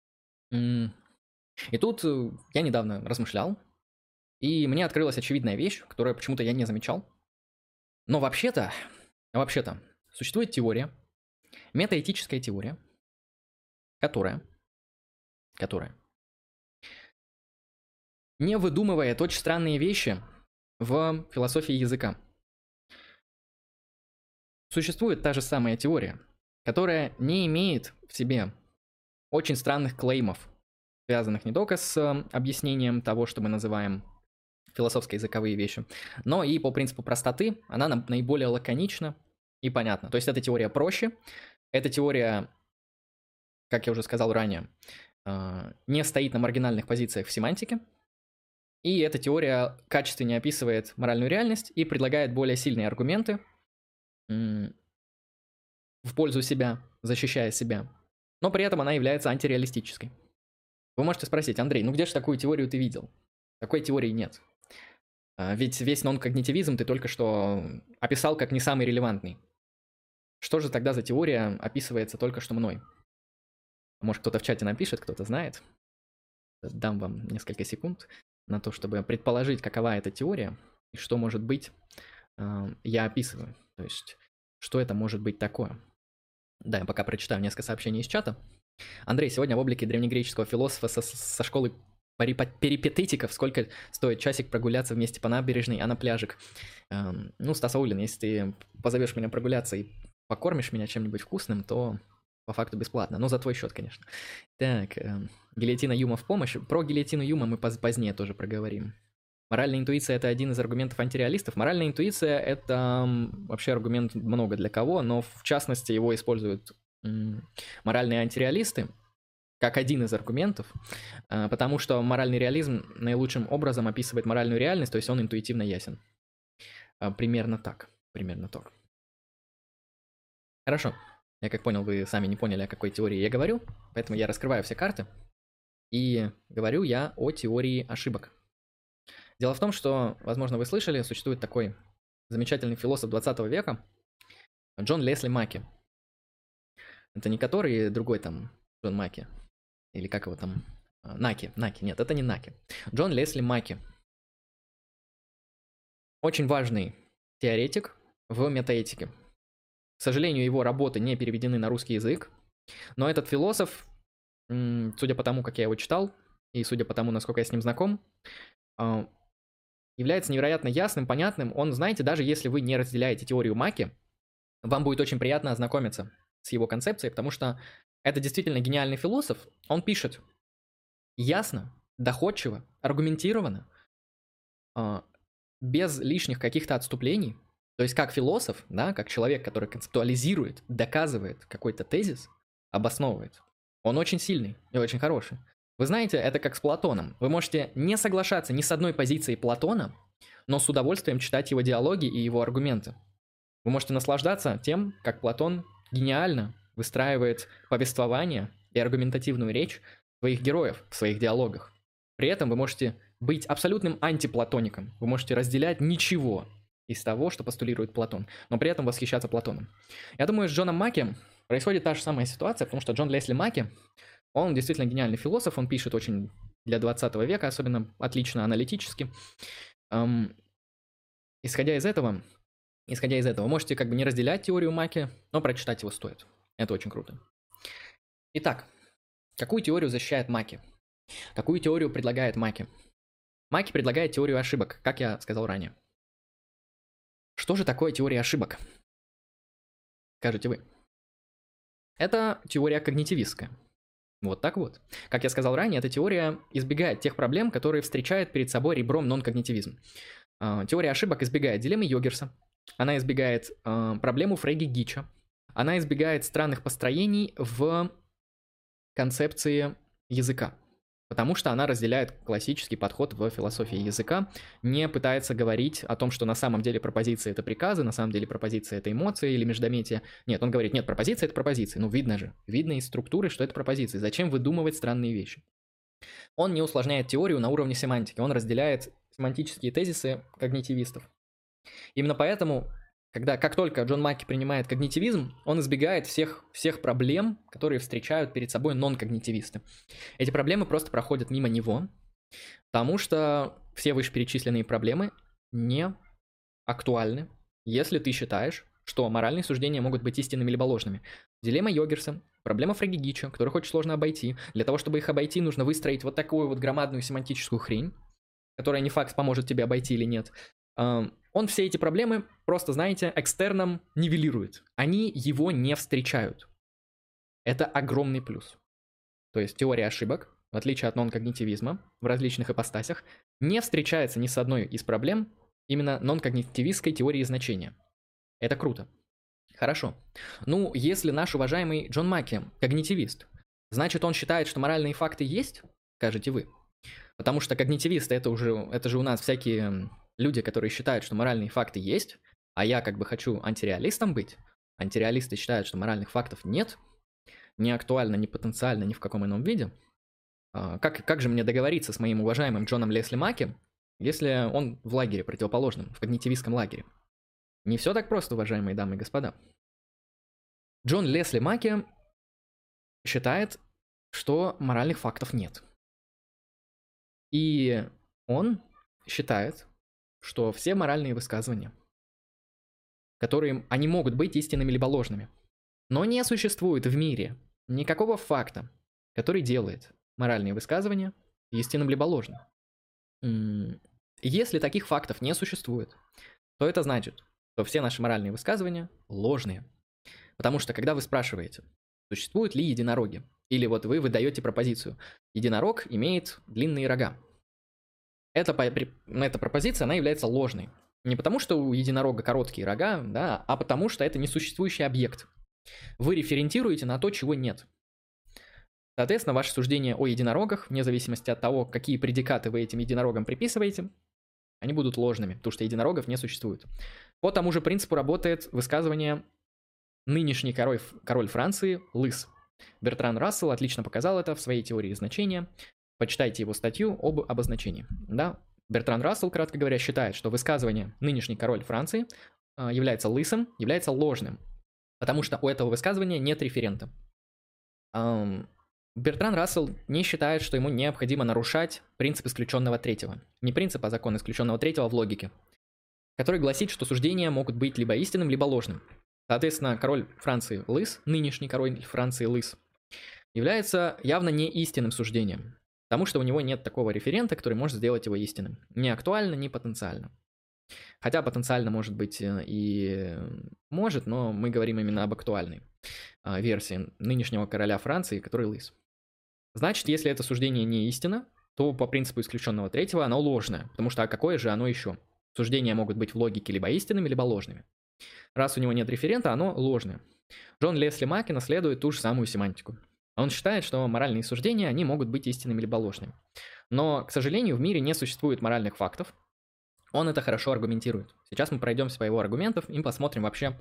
И тут я недавно размышлял, и мне открылась очевидная вещь, которую почему-то я не замечал. Но вообще-то, существует теория, метаэтическая теория, которая, не выдумывает очень странные вещи в философии языка. Существует та же самая теория, которая не имеет в себе очень странных клеймов, связанных не только с объяснением того, что мы называем философско-языковые вещи, но и по принципу простоты она наиболее лаконична и понятна. То есть эта теория проще, эта теория, как я уже сказал ранее, не стоит на маргинальных позициях в семантике, и эта теория качественнее описывает моральную реальность и предлагает более сильные аргументы в пользу себя, защищая себя, но при этом она является антиреалистической. Вы можете спросить: Андрей, ну где же такую теорию ты видел? Такой теории нет. Ведь весь нон-когнитивизм ты только что описал как не самый релевантный. Что же тогда за теория описывается только что мной? Может, кто-то в чате напишет, кто-то знает. Дам вам несколько секунд на то, чтобы предположить, какова эта теория и что, может быть, я описываю. То есть, что это может быть такое. Да, я пока прочитаю несколько сообщений из чата. Андрей, сегодня в облике древнегреческого философа со школы перипатетиков, сколько стоит часик прогуляться вместе по набережной, а на пляжик? Ну, Стасаулин, если ты позовешь меня прогуляться и покормишь меня чем-нибудь вкусным, то по факту бесплатно. Но за твой счет, конечно. Так, гильотина Юма в помощь. Про гильотину Юма мы позднее тоже проговорим. Моральная интуиция – это один из аргументов антиреалистов. Моральная интуиция – это вообще аргумент много для кого, но в частности его используют моральные антиреалисты как один из аргументов, потому что моральный реализм наилучшим образом описывает моральную реальность, то есть он интуитивно ясен. Примерно так. Хорошо. Я как понял, вы сами не поняли, о какой теории я говорю, поэтому я раскрываю все карты и говорю я о теории ошибок. Дело в том, что, возможно, вы слышали, существует такой замечательный философ 20 века Джон Лесли Маки. Это не который другой там Джон Маки, или как его там, Наки, нет, это не Наки. Джон Лесли Маки. Очень важный теоретик в метаэтике. К сожалению, его работы не переведены на русский язык, но этот философ, судя по тому, как я его читал, и судя по тому, насколько я с ним знаком, является невероятно ясным, понятным. Он, знаете, даже если вы не разделяете теорию Маки, вам будет очень приятно ознакомиться с его концепцией, потому что это действительно гениальный философ. Он пишет ясно, доходчиво, аргументированно, без лишних каких-то отступлений. То есть как философ, да, как человек, который концептуализирует, доказывает какой-то тезис, обосновывает. Он очень сильный и очень хороший. Вы знаете, это как с Платоном. Вы можете не соглашаться ни с одной позицией Платона, но с удовольствием читать его диалоги и его аргументы. Вы можете наслаждаться тем, как Платон гениально выстраивает повествование и аргументативную речь своих героев в своих диалогах. При этом вы можете быть абсолютным антиплатоником. Вы можете разделять ничего из того, что постулирует Платон, но при этом восхищаться Платоном. Я думаю, с Джоном Маки происходит та же самая ситуация, потому что Джон Лесли Маки, он действительно гениальный философ, он пишет очень для 20 века, особенно отлично аналитически. Исходя из этого, можете как бы не разделять теорию Маки, но прочитать его стоит. Это очень круто. Итак, какую теорию защищает Маки? Какую теорию предлагает Маки? Маки предлагает теорию ошибок, как я сказал ранее. Что же такое теория ошибок? Скажете вы. Это теория когнитивистская. Вот так вот. Как я сказал ранее, эта теория избегает тех проблем, которые встречает перед собой ребром нон-когнитивизм. Теория ошибок избегает дилеммы Йогерса, она избегает проблему Фрейги Гича, она избегает странных построений в концепции языка. Потому что она разделяет классический подход в философии языка, не пытается говорить о том, что на самом деле пропозиции — это приказы, на самом деле пропозиция — это эмоции или междометие. Нет, он говорит, нет, пропозиция — это пропозиции. Ну, видно же, видно из структуры, что это пропозиции. Зачем выдумывать странные вещи? Он не усложняет теорию на уровне семантики, он разделяет семантические тезисы когнитивистов. Именно поэтому, как только Джон Маки принимает когнитивизм, он избегает всех проблем, которые встречают перед собой нон-когнитивисты. Эти проблемы просто проходят мимо него, потому что все вышеперечисленные проблемы не актуальны, если ты считаешь, что моральные суждения могут быть истинными либо ложными. Дилемма Йогерса, проблема Фрегигича, которых очень сложно обойти. Для того, чтобы их обойти, нужно выстроить вот такую вот громадную семантическую хрень, которая не факт, поможет тебе обойти или нет. Он все эти проблемы просто, знаете, экстерном нивелирует. Они его не встречают. Это огромный плюс. То есть теория ошибок, в отличие от нон-когнитивизма, в различных ипостасях, не встречается ни с одной из проблем именно нон-когнитивистской теории значения. Это круто. Хорошо. Ну, если наш уважаемый Джон Маки когнитивист, значит, он считает, что моральные факты есть, скажете вы. Потому что когнитивисты это же у нас всякие люди, которые считают, что моральные факты есть, а я как бы хочу антиреалистом быть. Антиреалисты считают, что моральных фактов нет, не актуально, не потенциально, ни в каком ином виде. Как же мне договориться с моим уважаемым Джоном Лесли Маки, если он в лагере противоположном, в когнитивистском лагере? Не все так просто, уважаемые дамы и господа. Джон Лесли Маки считает, что моральных фактов нет. И он считает, что все моральные высказывания, они могут быть истинными либо ложными, но не существует в мире никакого факта, который делает моральные высказывания истинным либо ложным. Если таких фактов не существует, то это значит, что все наши моральные высказывания ложные. Потому что, когда вы спрашиваете, существуют ли единороги, или вот вы выдаете пропозицию, единорог имеет длинные рога, эта пропозиция, она является ложной. Не потому, что у единорога короткие рога, да, а потому, что это несуществующий объект. Вы референтируете на то, чего нет. Соответственно, ваше суждение о единорогах, вне зависимости от того, какие предикаты вы этим единорогам приписываете, они будут ложными, потому что единорогов не существует. По тому же принципу работает высказывание нынешний король Франции Лыс. Бертран Рассел отлично показал это в своей теории значения. Почитайте его статью об обозначении. Да? Бертран Рассел, кратко говоря, считает, что высказывание «нынешний король Франции» является лысым, является ложным, потому что у этого высказывания нет референта. Бертран Рассел не считает, что ему необходимо нарушать принцип исключенного третьего. Не принцип, а закон исключенного третьего в логике, который гласит, что суждения могут быть либо истинным, либо ложным. Соответственно, король Франции Лыс, нынешний король Франции Лыс, является явно не истинным суждением, потому что у него нет такого референта, который может сделать его истинным. Ни актуально, ни потенциально. Хотя потенциально может быть и может, но мы говорим именно об актуальной версии нынешнего короля Франции, который Лыс. Значит, если это суждение не истина, то по принципу исключенного третьего оно ложное, потому что какое же оно еще? Суждения могут быть в логике либо истинными, либо ложными. Раз у него нет референта, оно ложное. Джон Лесли Маки наследует ту же самую семантику. Он считает, что моральные суждения, они могут быть истинными либо ложными. Но, к сожалению, в мире не существует моральных фактов. Он это хорошо аргументирует. Сейчас мы пройдемся по его аргументам и посмотрим вообще,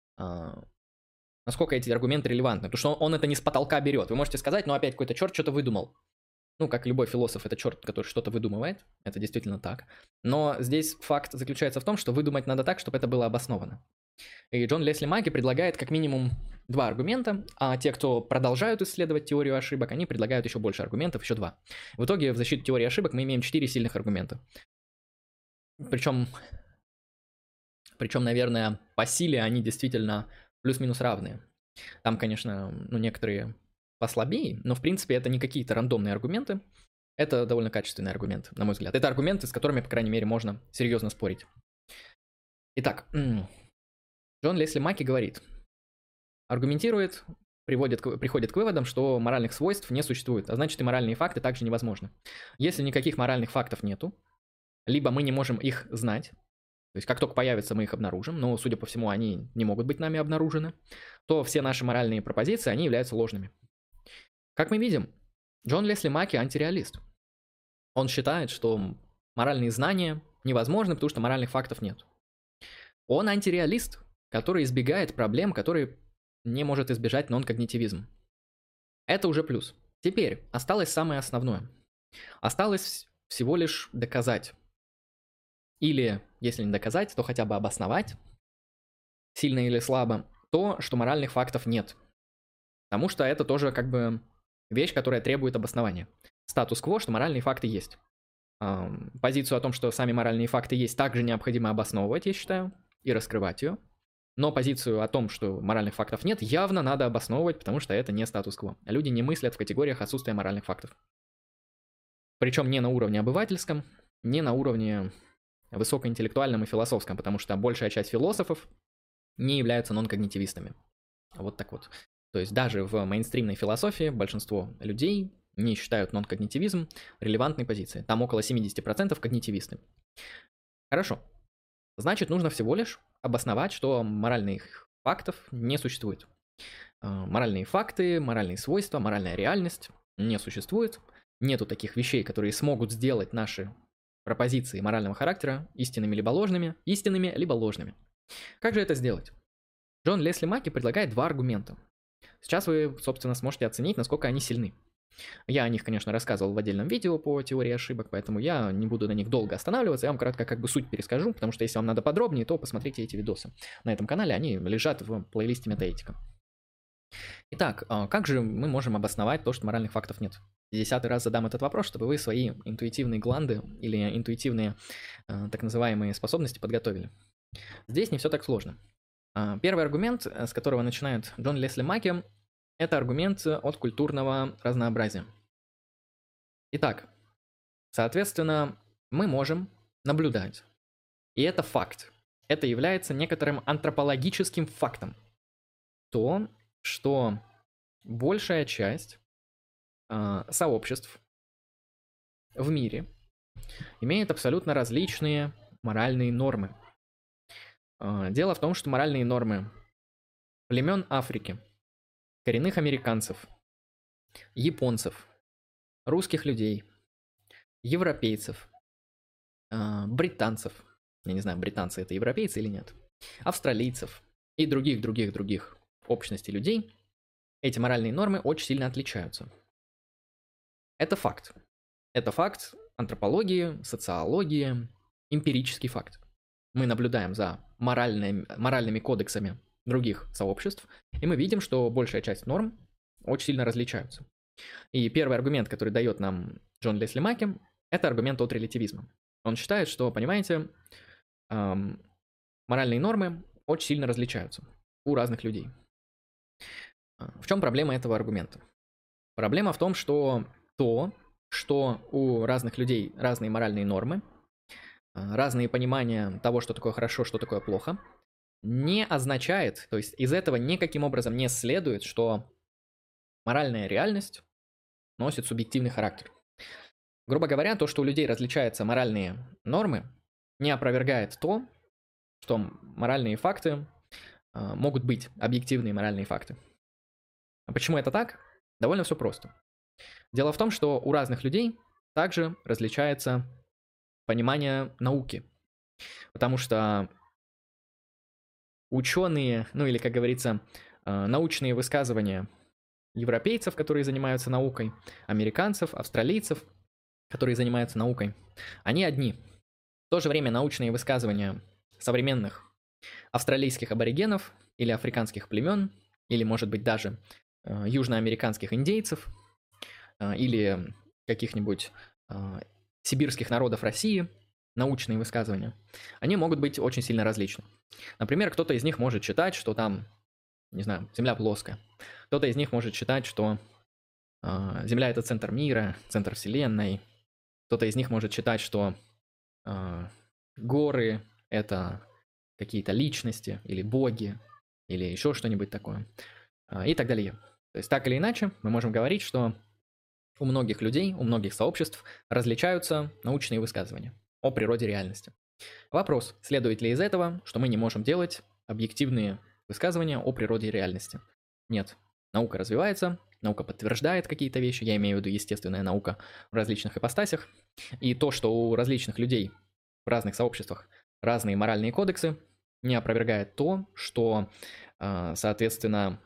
насколько эти аргументы релевантны. Потому что он это не с потолка берет. Вы можете сказать, ну опять какой-то черт что-то выдумал. Ну, как любой философ, это черт, который что-то выдумывает. Это действительно так. Но здесь факт заключается в том, что выдумать надо так, чтобы это было обосновано. И Джон Лесли Маки предлагает как минимум 2 аргумента, а те, кто продолжают исследовать теорию ошибок, они предлагают еще больше аргументов, еще 2. В итоге в защиту теории ошибок мы имеем 4 сильных аргумента. Причем, наверное, по силе они действительно плюс-минус равные. Там, конечно, некоторые послабее, но в принципе это не какие-то рандомные аргументы. Это довольно качественный аргумент, на мой взгляд. Это аргументы, с которыми, по крайней мере, можно серьезно спорить. Итак, Джон Лесли Маки говорит, аргументирует, приходит к выводам, что моральных свойств не существует, а значит и моральные факты также невозможны. Если никаких моральных фактов нету, либо мы не можем их знать, то есть как только появятся, мы их обнаружим, но, судя по всему, они не могут быть нами обнаружены, то все наши моральные пропозиции, они являются ложными. Как мы видим, Джон Лесли Маки антиреалист. Он считает, что моральные знания невозможны, потому что моральных фактов нет. Он антиреалист, который избегает проблем, которые не может избежать нон-когнитивизм. Это уже плюс. Теперь осталось самое основное. Осталось всего лишь доказать. Или, если не доказать, то хотя бы обосновать, сильно или слабо, то, что моральных фактов нет. Потому что это тоже как бы вещь, которая требует обоснования. Статус-кво, что моральные факты есть. Позицию о том, что сами моральные факты есть, также необходимо обосновывать, я считаю, и раскрывать ее. Но позицию о том, что моральных фактов нет, явно надо обосновывать, потому что это не статус-кво. Люди не мыслят в категориях отсутствия моральных фактов. Причем не на уровне обывательском, не на уровне высокоинтеллектуальном и философском, потому что большая часть философов не являются нон-когнитивистами. Вот так вот. То есть даже в мейнстримной философии большинство людей не считают нон-когнитивизм релевантной позицией. Там около 70% когнитивисты. Хорошо. Значит, нужно всего лишь обосновать, что моральных фактов не существует. Моральные факты, моральные свойства, моральная реальность не существует. Нету таких вещей, которые смогут сделать наши пропозиции морального характера истинными либо ложными. Как же это сделать? Джон Лесли Маки предлагает два аргумента. Сейчас вы, собственно, сможете оценить, насколько они сильны. Я о них, конечно, рассказывал в отдельном видео по теории ошибок, поэтому я не буду на них долго останавливаться, я вам кратко как бы суть перескажу, потому что если вам надо подробнее, то посмотрите эти видосы. На этом канале они лежат в плейлисте метаэтика. Итак, как же мы можем обосновать то, что моральных фактов нет? 10-й раз задам этот вопрос, чтобы вы свои интуитивные гланды или интуитивные так называемые способности подготовили. Здесь не все так сложно. Первый аргумент, с которого начинает Джон Лесли Маки, это аргумент от культурного разнообразия. Итак, соответственно, мы можем наблюдать, и это факт, это является некоторым антропологическим фактом, то, что большая часть сообществ в мире имеет абсолютно различные моральные нормы. Дело в том, что моральные нормы племен Африки, коренных американцев, японцев, русских людей, европейцев, британцев, я не знаю, британцы это европейцы или нет, австралийцев и других общностей людей, эти моральные нормы очень сильно отличаются. Это факт. Это факт антропологии, социологии, эмпирический факт. Мы наблюдаем за моральными кодексами других сообществ, и мы видим, что большая часть норм очень сильно различаются. И первый аргумент, который дает нам Джон Лесли Маки, это аргумент от релятивизма. Он считает, что, понимаете, моральные нормы очень сильно различаются у разных людей. В чем проблема этого аргумента? Проблема в том, что у разных людей разные моральные нормы, разные понимания того, что такое хорошо, что такое плохо, не означает, то есть из этого никаким образом не следует, что моральная реальность носит субъективный характер. Грубо говоря, то, что у людей различаются моральные нормы, не опровергает то, что моральные факты могут быть объективные моральные факты. А почему это так? Довольно все просто. Дело в том, что у разных людей также различается понимание науки. Потому что ученые, ну или, как говорится, научные высказывания европейцев, которые занимаются наукой, американцев, австралийцев, которые занимаются наукой, они одни. В то же время научные высказывания современных австралийских аборигенов или африканских племен, или, может быть, даже южноамериканских индейцев, или каких-нибудь сибирских народов России, научные высказывания, они могут быть очень сильно различны. Например, кто-то из них может считать, что там, не знаю, Земля плоская. Кто-то из них может считать, что Земля – это центр мира, центр Вселенной. Кто-то из них может считать, что горы – это какие-то личности или боги, или еще что-нибудь такое, и так далее. То есть так или иначе мы можем говорить, что у многих людей, у многих сообществ различаются научные высказывания о природе реальности. Вопрос, следует ли из этого, что мы не можем делать объективные высказывания о природе реальности? Нет. Наука развивается, наука подтверждает какие-то вещи, я имею в виду естественная наука в различных ипостасях, и то, что у различных людей в разных сообществах разные моральные кодексы, не опровергает то, что, соответственно,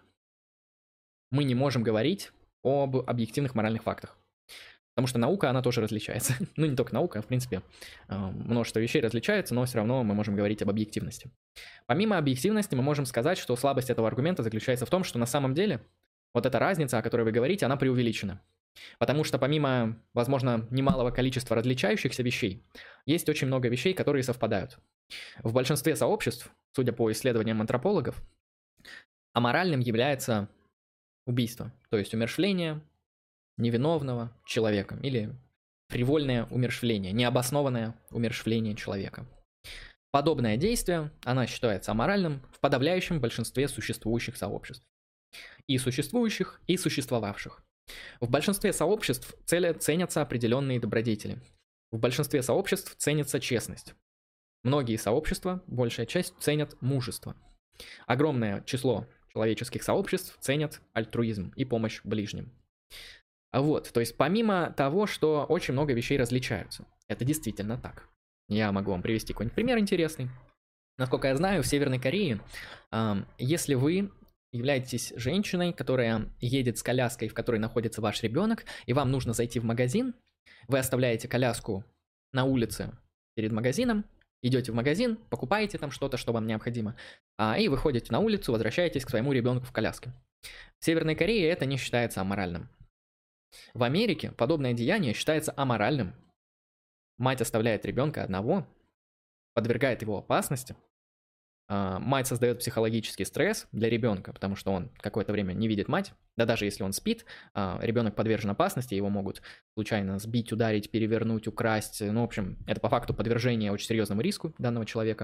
мы не можем говорить об объективных моральных фактах. Потому что наука, она тоже различается. Ну, не только наука, в принципе, множество вещей различается, но все равно мы можем говорить об объективности. Помимо объективности, мы можем сказать, что слабость этого аргумента заключается в том, что на самом деле вот эта разница, о которой вы говорите, она преувеличена. Потому что помимо, возможно, немалого количества различающихся вещей, есть очень много вещей, которые совпадают. В большинстве сообществ, судя по исследованиям антропологов, аморальным является убийство, то есть умерщвление невиновного человека или фривольное умерщвление, необоснованное умерщвление человека. Подобное действие, оно считается аморальным в подавляющем большинстве существующих сообществ. И существующих, и существовавших. В большинстве сообществ ценятся определенные добродетели. В большинстве сообществ ценится честность. Многие сообщества, большая часть, ценят мужество. Огромное число человеческих сообществ ценят альтруизм и помощь ближним. Вот, то есть помимо того, что очень много вещей различаются, это действительно так. Я могу вам привести какой-нибудь пример интересный. Насколько я знаю, в Северной Корее, если вы являетесь женщиной, которая едет с коляской, в которой находится ваш ребенок, и вам нужно зайти в магазин, вы оставляете коляску на улице перед магазином, идете в магазин, покупаете там что-то, что вам необходимо, и выходите на улицу, возвращаетесь к своему ребенку в коляске. В Северной Корее это не считается аморальным. В Америке подобное деяние считается аморальным. Мать оставляет ребенка одного, подвергает его опасности. Мать создает психологический стресс для ребенка, потому что он какое-то время не видит мать. Да даже если он спит, ребенок подвержен опасности, его могут случайно сбить, ударить, перевернуть, украсть. Ну, в общем, это по факту подвержение очень серьезному риску данного человека.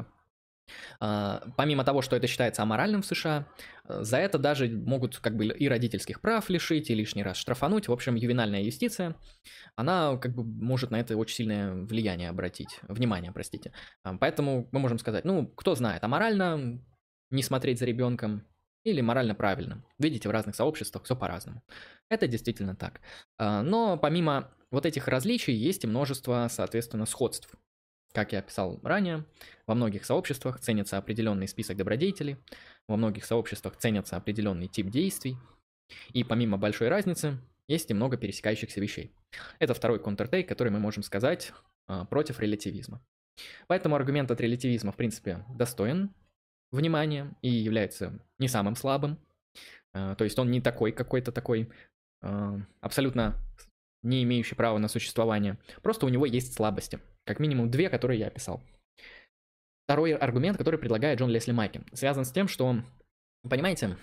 Помимо того, что это считается аморальным в США, за это даже могут как бы и родительских прав лишить, и лишний раз штрафануть. В общем, ювенальная юстиция, она как бы может на это очень сильное внимание, простите. Поэтому мы можем сказать, ну, кто знает, аморально не смотреть за ребенком или морально правильно. Видите, в разных сообществах все по-разному. Это действительно так. Но помимо вот этих различий есть и множество, соответственно, сходств. Как я описал ранее, во многих сообществах ценится определенный список добродетелей, во многих сообществах ценится определенный тип действий, и помимо большой разницы, есть и много пересекающихся вещей. Это второй контртейк, который мы можем сказать против релятивизма. Поэтому аргумент от релятивизма, в принципе, достоин внимания и является не самым слабым. То есть он не такой какой-то такой абсолютно не имеющий права на существование. Просто у него есть слабости. Как минимум две, которые я описал. Второй аргумент, который предлагает Джон Лесли Маки, связан с тем, что, понимаете,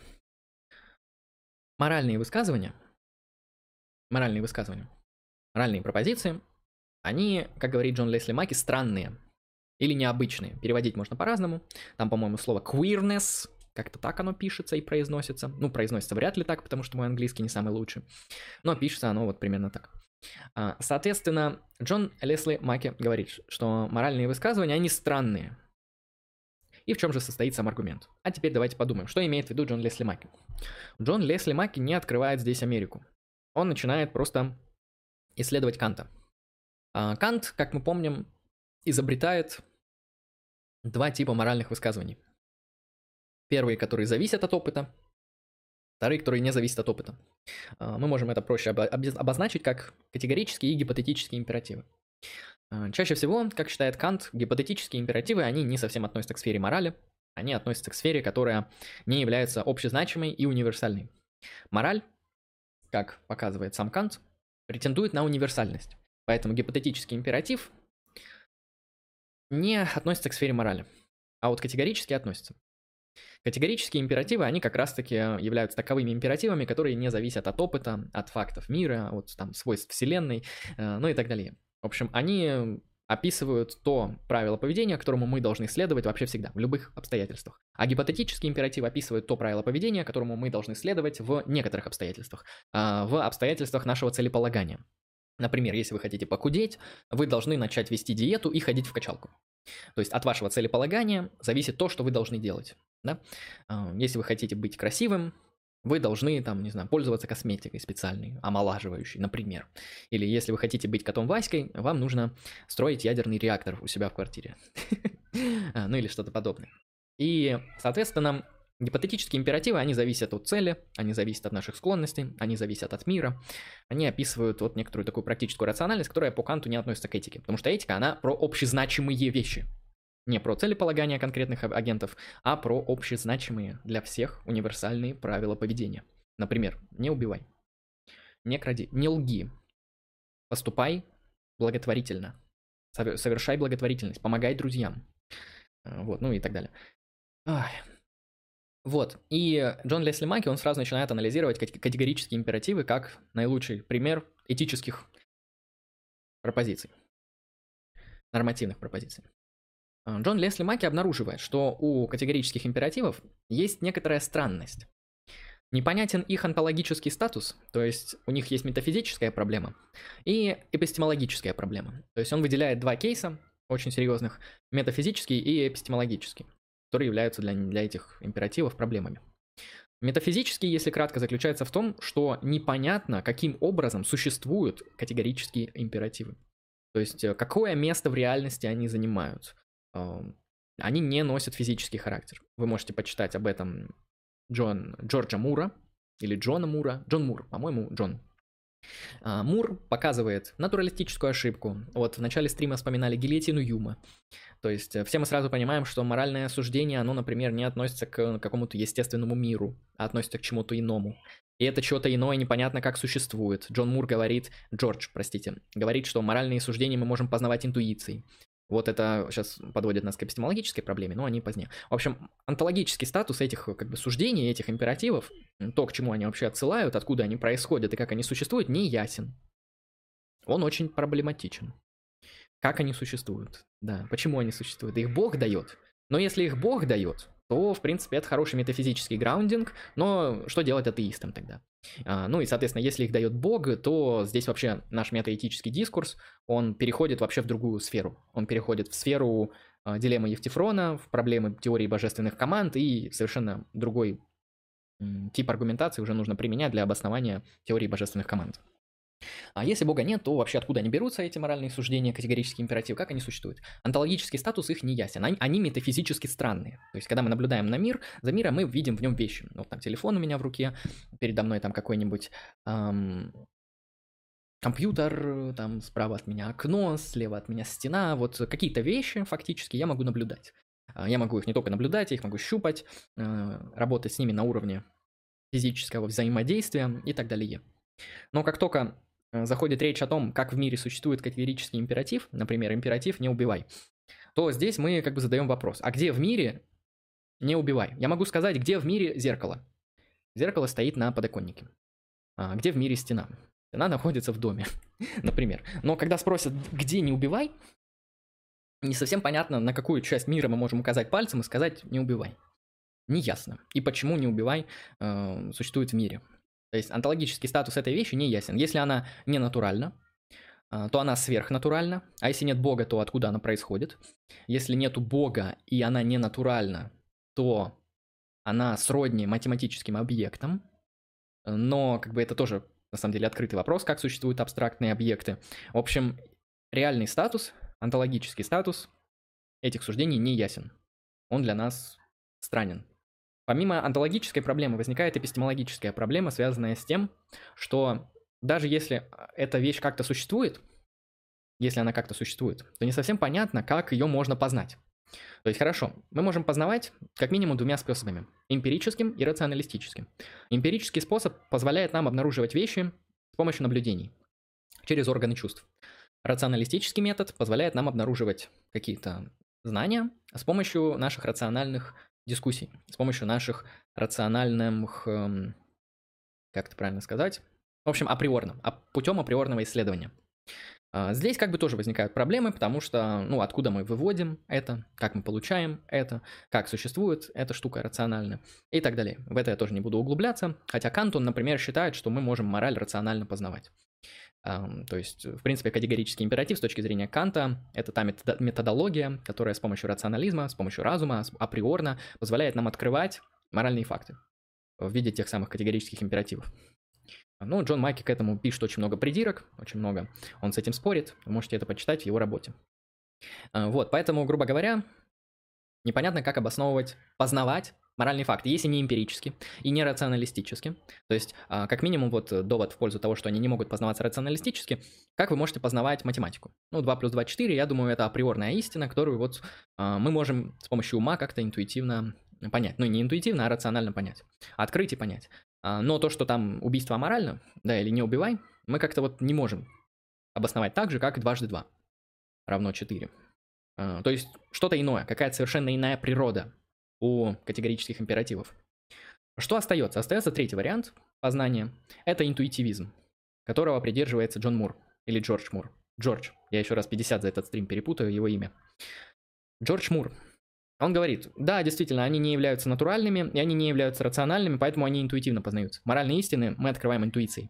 моральные высказывания, моральные пропозиции, они, как говорит Джон Лесли Маки, странные или необычные. Переводить можно по-разному. Там, по-моему, слово queerness, как-то так оно пишется и произносится. Ну, произносится вряд ли так, потому что мой английский не самый лучший. Но пишется оно вот примерно так. Соответственно, Джон Лесли Маки говорит, что моральные высказывания, они странные. И в чем же состоит сам аргумент? А теперь давайте подумаем, что имеет в виду Джон Лесли Маки. Джон Лесли Маки не открывает здесь Америку. Он начинает просто исследовать Канта. Кант, как мы помним, изобретает два типа моральных высказываний. Первые, которые зависят от опыта, вторые, которые не зависят от опыта. Мы можем это проще обозначить как категорические и гипотетические императивы. Чаще всего, как считает Кант, гипотетические императивы, они не совсем относятся к сфере морали, они относятся к сфере, которая не является общезначимой и универсальной. Мораль, как показывает сам Кант, претендует на универсальность, поэтому гипотетический императив не относится к сфере морали, а вот категорически относится. Категорические императивы, они как раз-таки являются таковыми императивами, которые не зависят от опыта, от фактов мира, от там, свойств Вселенной, ну и так далее. В общем, они описывают то правило поведения, которому мы должны следовать вообще всегда, в любых обстоятельствах. А гипотетические императивы описывают то правило поведения, которому мы должны следовать в некоторых обстоятельствах, в обстоятельствах нашего целеполагания. Например, если вы хотите похудеть, вы должны начать вести диету и ходить в качалку. То есть от вашего целеполагания зависит то, что вы должны делать. Да? Если вы хотите быть красивым, вы должны, там, не знаю, пользоваться косметикой специальной, омолаживающей, например. Или если вы хотите быть котом Васькой, вам нужно строить ядерный реактор у себя в квартире. Ну или что-то подобное. И, соответственно, гипотетические императивы, они зависят от цели, они зависят от наших склонностей, они зависят от мира. Они описывают вот некоторую такую практическую рациональность, которая по Канту не относится к этике. Потому что этика, она про общезначимые вещи. Не про целеполагание конкретных агентов, а про общезначимые для всех универсальные правила поведения. Например, не убивай, не кради, не лги, поступай благотворительно, совершай благотворительность, помогай друзьям. Вот, ну и так далее. Ай. Вот, и Джон Лесли Маки, он сразу начинает анализировать категорические императивы как наилучший пример этических пропозиций, нормативных пропозиций. Джон Лесли Маки обнаруживает, что у категорических императивов есть некоторая странность. Непонятен их онтологический статус, то есть у них есть метафизическая проблема и эпистемологическая проблема. То есть он выделяет два кейса очень серьезных, метафизический и эпистемологический, которые являются для этих императивов проблемами. Метафизический, если кратко, заключается в том, что непонятно, каким образом существуют категорические императивы. То есть какое место в реальности они занимают. Они не носят физический характер. Вы можете почитать об этом Джорджа Мура или Джона Мура. Джон Мур, по-моему, Джон. Мур показывает натуралистическую ошибку. Вот в начале стрима вспоминали гильотину Юма. То есть все мы сразу понимаем, что моральное суждение, оно, например, не относится к какому-то естественному миру, а относится к чему-то иному. И это что-то иное непонятно как существует. Джордж, говорит, что моральные суждения мы можем познавать интуицией. Вот это сейчас подводит нас к эпистемологической проблеме, но они позднее. В общем, онтологический статус этих суждений, этих императивов, то, к чему они вообще отсылают, откуда они происходят и как они существуют, не ясен. Он очень проблематичен. Как они существуют? Да, почему они существуют? Их Бог дает. Но если их Бог дает, то, в принципе, это хороший метафизический граундинг, но что делать атеистам тогда? Ну и, соответственно, если их дает Бог, то здесь вообще наш метаэтический дискурс, он переходит вообще в другую сферу. Он переходит в сферу дилеммы Евтифрона, в проблемы теории божественных команд, и совершенно другой тип аргументации уже нужно применять для обоснования теории божественных команд. А если Бога нет, то вообще откуда они берутся, эти моральные суждения, категорические императивы, как они существуют? Онтологический статус их не ясен, они метафизически странные. То есть, когда мы наблюдаем на мир, за миром мы видим в нем вещи. Вот там телефон у меня в руке, передо мной там какой-нибудь компьютер, там справа от меня окно, слева от меня стена, вот какие-то вещи фактически я могу наблюдать. Я могу их не только наблюдать, я их могу щупать, работать с ними на уровне физического взаимодействия и так далее. Но как только заходит речь о том, как в мире существует категорический императив, например, императив «не убивай», то здесь мы задаем вопрос, а где в мире «не убивай»? Я могу сказать, где в мире зеркало? Зеркало стоит на подоконнике. А где в мире стена? Стена находится в доме, например. Но когда спросят, где «не убивай», не совсем понятно, на какую часть мира мы можем указать пальцем и сказать «не убивай». Неясно. И почему «не убивай» существует в мире. То есть онтологический статус этой вещи не ясен. Если она не натуральна, то она сверхнатуральна. А если нет Бога, то откуда она происходит? Если нету Бога и она не натуральна, то она сродни математическим объектам. Но это тоже на самом деле открытый вопрос, как существуют абстрактные объекты. В общем, реальный статус, онтологический статус этих суждений не ясен. Он для нас странен. Помимо онтологической проблемы возникает эпистемологическая проблема, связанная с тем, что даже если эта вещь как-то существует, если она как-то существует, то не совсем понятно, как ее можно познать. То есть, хорошо, мы можем познавать как минимум двумя способами – эмпирическим и рационалистическим. Эмпирический способ позволяет нам обнаруживать вещи с помощью наблюдений, через органы чувств. Рационалистический метод позволяет нам обнаруживать какие-то знания с помощью наших рациональных дискуссий, с помощью наших рациональных, как это правильно сказать, в общем, путем априорного исследования. Здесь тоже возникают проблемы, потому что, откуда мы выводим это, как мы получаем это, как существует эта штука рационально и так далее. В это я тоже не буду углубляться, хотя Кант, он, например, считает, что мы можем мораль рационально познавать. То есть, в принципе, категорический императив с точки зрения Канта – это та методология, которая с помощью рационализма, с помощью разума, априорно позволяет нам открывать моральные факты. в виде тех самых категорических императивов. Ну, Джон Маки к этому пишет очень много придирок, очень много. Он с этим спорит, вы можете это почитать в его работе. Вот, поэтому, грубо говоря, непонятно, как обосновывать, познавать моральные факты, если не эмпирически и не рационалистически. То есть, как минимум, вот довод в пользу того, что они не могут познаваться рационалистически, как вы можете познавать математику? Ну, 2 плюс 2 – 4, я думаю, это априорная истина, которую вот мы можем с помощью ума как-то интуитивно понять. Ну, не интуитивно, а рационально понять. Открыть и понять. Но то, что там убийство аморально, да, или не убивай, мы как-то вот не можем обосновать так же, как 2 × 2 равно 4. То есть что-то иное, какая-то совершенно иная природа у категорических императивов. Что остается? Остается третий вариант познания. Это интуитивизм, которого придерживается Джон Мур или Джордж Мур. Джордж, я еще раз 50 за этот стрим перепутаю его имя. Джордж Мур. Он говорит, да, действительно, они не являются натуральными, и они не являются рациональными, поэтому они интуитивно познаются. Моральные истины мы открываем интуицией.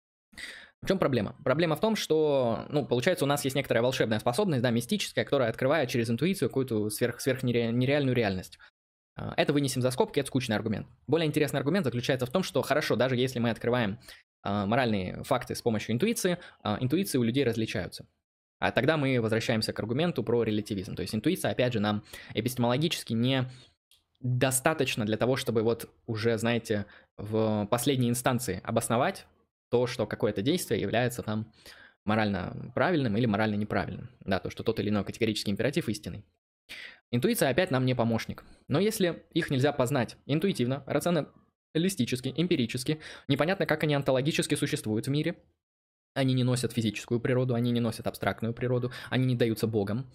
В чем проблема? Проблема в том, что, ну, получается, у нас есть некоторая волшебная способность, да, мистическая, которая открывает через интуицию какую-то сверхнереальную реальность. Это вынесем за скобки, это скучный аргумент. Более интересный аргумент заключается в том, что хорошо, даже если мы открываем моральные факты с помощью интуиции, интуиции у людей различаются. А тогда мы возвращаемся к аргументу про релятивизм. То есть интуиция, опять же, нам эпистемологически не достаточно для того, чтобы вот уже, знаете, в последней инстанции обосновать то, что какое-то действие является там морально правильным или морально неправильным. Да, то, что тот или иной категорический императив истинный. Интуиция опять нам не помощник. Но если их нельзя познать интуитивно, рационалистически, эмпирически, непонятно, как они онтологически существуют в мире, они не носят физическую природу, они не носят абстрактную природу, они не даются Богом,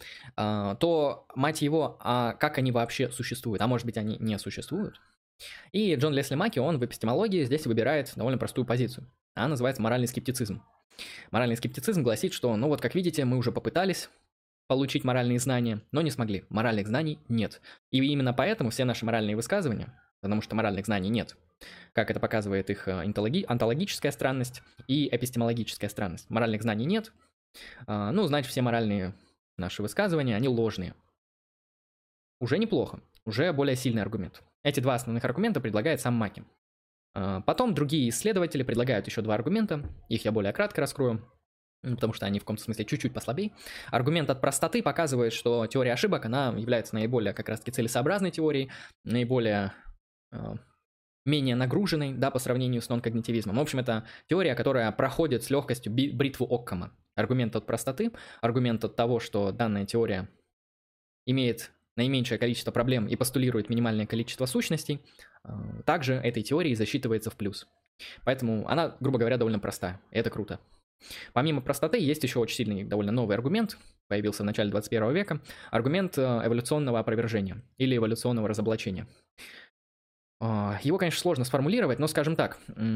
то, мать его, как они вообще существуют? А может быть, они не существуют? И Джон Лесли Маки, он в эпистемологии здесь выбирает довольно простую позицию. Она называется моральный скептицизм. Моральный скептицизм гласит, что, ну вот, как видите, мы уже попытались получить моральные знания, но не смогли. Моральных знаний нет. И именно поэтому все наши моральные высказывания, потому что моральных знаний нет, как это показывает их онтологическая странность и эпистемологическая странность. Моральных знаний нет, ну, значит, все моральные наши высказывания, они ложные. Уже неплохо, уже более сильный аргумент. Эти два основных аргумента предлагает сам Маки. Потом другие исследователи предлагают еще два аргумента, их я более кратко раскрою, потому что они в каком-то смысле чуть-чуть послабее. Аргумент от простоты показывает, что теория ошибок, она является наиболее как раз-таки целесообразной теорией, наиболее менее нагруженной, да, по сравнению с нон-когнитивизмом. В общем, это теория, которая проходит с легкостью бритву Оккама. Аргумент от простоты, аргумент от того, что данная теория имеет наименьшее количество проблем и постулирует минимальное количество сущностей, также этой теорией засчитывается в плюс. Поэтому она, грубо говоря, довольно простая, и это круто. Помимо простоты, есть еще очень сильный, довольно новый аргумент, появился в начале 21 века, аргумент эволюционного опровержения или эволюционного разоблачения. Его, конечно, сложно сформулировать, но, скажем так,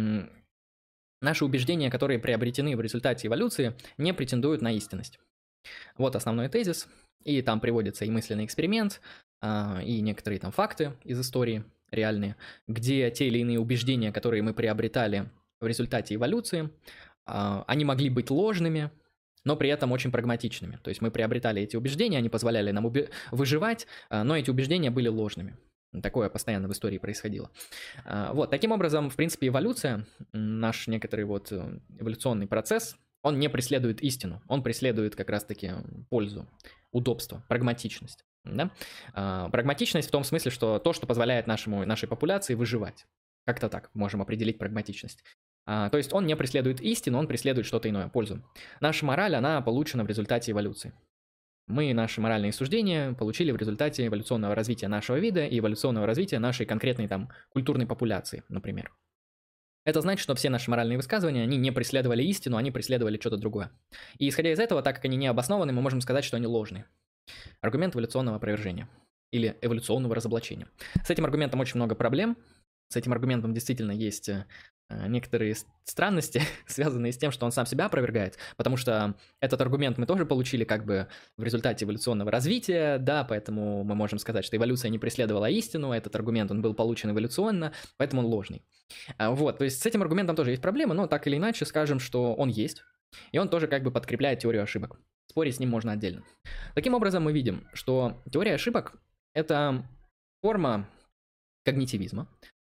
наши убеждения, которые приобретены в результате эволюции, не претендуют на истинность. Вот основной тезис, и там приводится и мысленный эксперимент, и некоторые там факты из истории реальные, где те или иные убеждения, которые мы приобретали в результате эволюции, они могли быть ложными, но при этом очень прагматичными. То есть мы приобретали эти убеждения, они позволяли нам выживать, но эти убеждения были ложными. Такое постоянно в истории происходило. Вот, таким образом, в принципе, эволюция, наш некоторый вот эволюционный процесс, он не преследует истину, он преследует как раз-таки пользу, удобство, прагматичность. Да? Прагматичность в том смысле, что то, что позволяет нашей популяции выживать. Как-то так можем определить прагматичность. То есть он не преследует истину, он преследует что-то иное, пользу. Наша мораль, она получена в результате эволюции. Мы наши моральные суждения получили в результате эволюционного развития нашего вида и эволюционного развития нашей конкретной там культурной популяции, например. Это значит, что все наши моральные высказывания, они не преследовали истину, они преследовали что-то другое. И исходя из этого, так как они не обоснованы, мы можем сказать, что они ложные. Аргумент эволюционного опровержения или эволюционного разоблачения. С этим аргументом очень много проблем. С этим аргументом действительно есть некоторые странности, связанные с тем, что он сам себя опровергает, потому что этот аргумент мы тоже получили как бы в результате эволюционного развития, да, поэтому мы можем сказать, что эволюция не преследовала истину, этот аргумент, он был получен эволюционно, поэтому он ложный. Вот, то есть с этим аргументом тоже есть проблемы, но так или иначе скажем, что он есть, и он тоже как бы подкрепляет теорию ошибок. Спорить с ним можно отдельно. Таким образом, мы видим, что теория ошибок – это форма когнитивизма,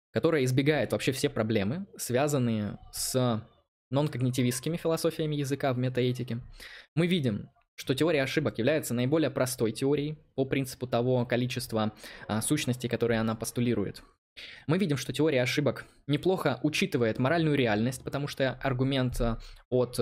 которая избегает вообще все проблемы, связанные с нон-когнитивистскими философиями языка в метаэтике. Мы видим, что теория ошибок является наиболее простой теорией по принципу того количества сущностей, которые она постулирует. Мы видим, что теория ошибок неплохо учитывает моральную реальность, потому что аргумент от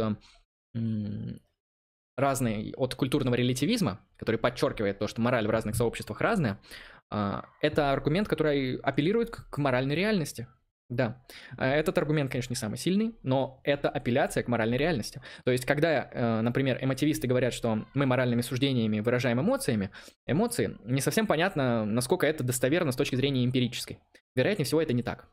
культурного релятивизма, который подчеркивает то, что мораль в разных сообществах разная, это аргумент, который апеллирует к моральной реальности. Да, этот аргумент, конечно, не самый сильный, но это апелляция к моральной реальности. То есть, когда, например, эмотивисты говорят, что мы моральными суждениями выражаем эмоции, не совсем понятно, насколько это достоверно с точки зрения эмпирической. Вероятнее всего, это не так.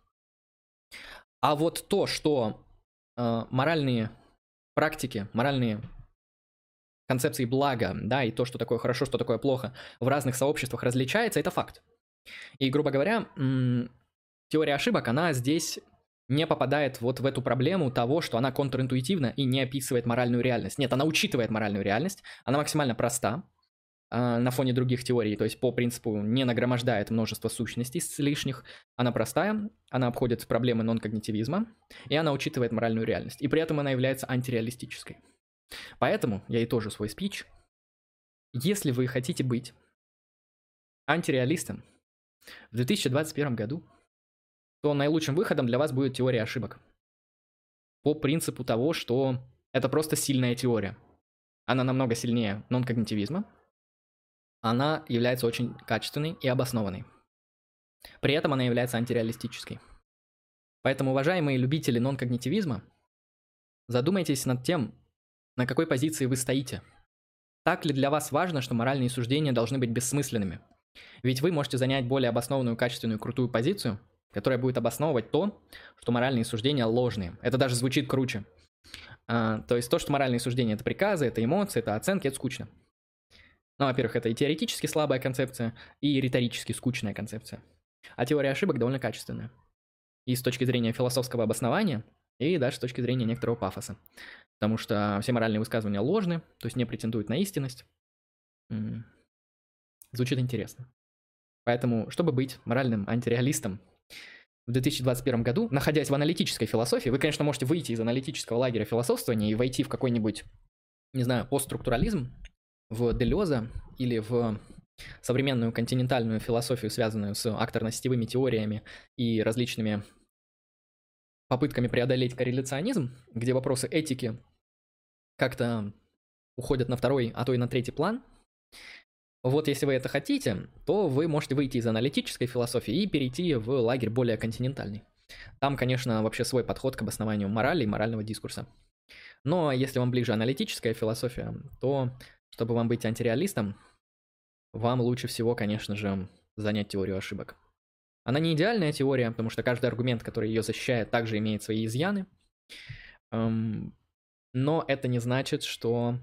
А вот то, что моральные практики, моральные концепции блага, да, и то, что такое хорошо, что такое плохо, в разных сообществах различается, это факт. И, грубо говоря, теория ошибок, она здесь не попадает вот в эту проблему того, что она контринтуитивна и не описывает моральную реальность. Нет, она учитывает моральную реальность, она максимально проста на фоне других теорий, то есть по принципу не нагромождает множество сущностей лишних, она простая, она обходит проблемы нон-когнитивизма, и она учитывает моральную реальность, и при этом она является антиреалистической. Поэтому я итожу свой спич. Если вы хотите быть антиреалистом в 2021 году, то наилучшим выходом для вас будет теория ошибок. По принципу того, что это просто сильная теория. Она намного сильнее нон-когнитивизма. Она является очень качественной и обоснованной. При этом она является антиреалистической. Поэтому, уважаемые любители нон-когнитивизма, задумайтесь над тем, на какой позиции вы стоите. Так ли для вас важно, что моральные суждения должны быть бессмысленными? Ведь вы можете занять более обоснованную, качественную, крутую позицию, которая будет обосновывать то, что моральные суждения ложные. Это даже звучит круче. То есть то, что моральные суждения – это приказы, это эмоции, это оценки, это скучно. Ну, во-первых, это и теоретически слабая концепция, и риторически скучная концепция. А теория ошибок довольно качественная. И с точки зрения философского обоснования, и даже с точки зрения некоторого пафоса. Потому что все моральные высказывания ложны, то есть не претендуют на истинность. Звучит интересно. Поэтому, чтобы быть моральным антиреалистом в 2021 году, находясь в аналитической философии, вы, конечно, можете выйти из аналитического лагеря философствования и войти в какой-нибудь, не знаю, постструктурализм, в Делеза или в современную континентальную философию, связанную с акторно-сетевыми теориями и различными попытками преодолеть корреляционизм, где вопросы этики как-то уходят на второй, а то и на третий план. Вот если вы это хотите, то вы можете выйти из аналитической философии и перейти в лагерь более континентальный. Там, конечно, вообще свой подход к обоснованию морали и морального дискурса. Но если вам ближе аналитическая философия, то, чтобы вам быть антиреалистом, вам лучше всего, конечно же, занять теорию ошибок. Она не идеальная теория, потому что каждый аргумент, который ее защищает, также имеет свои изъяны. Но это не значит, что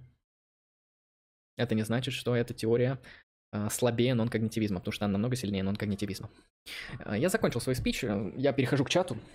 эта теория слабее нон-когнитивизма, потому что она намного сильнее нон-когнитивизма. Я закончил свой спич, я перехожу к чату.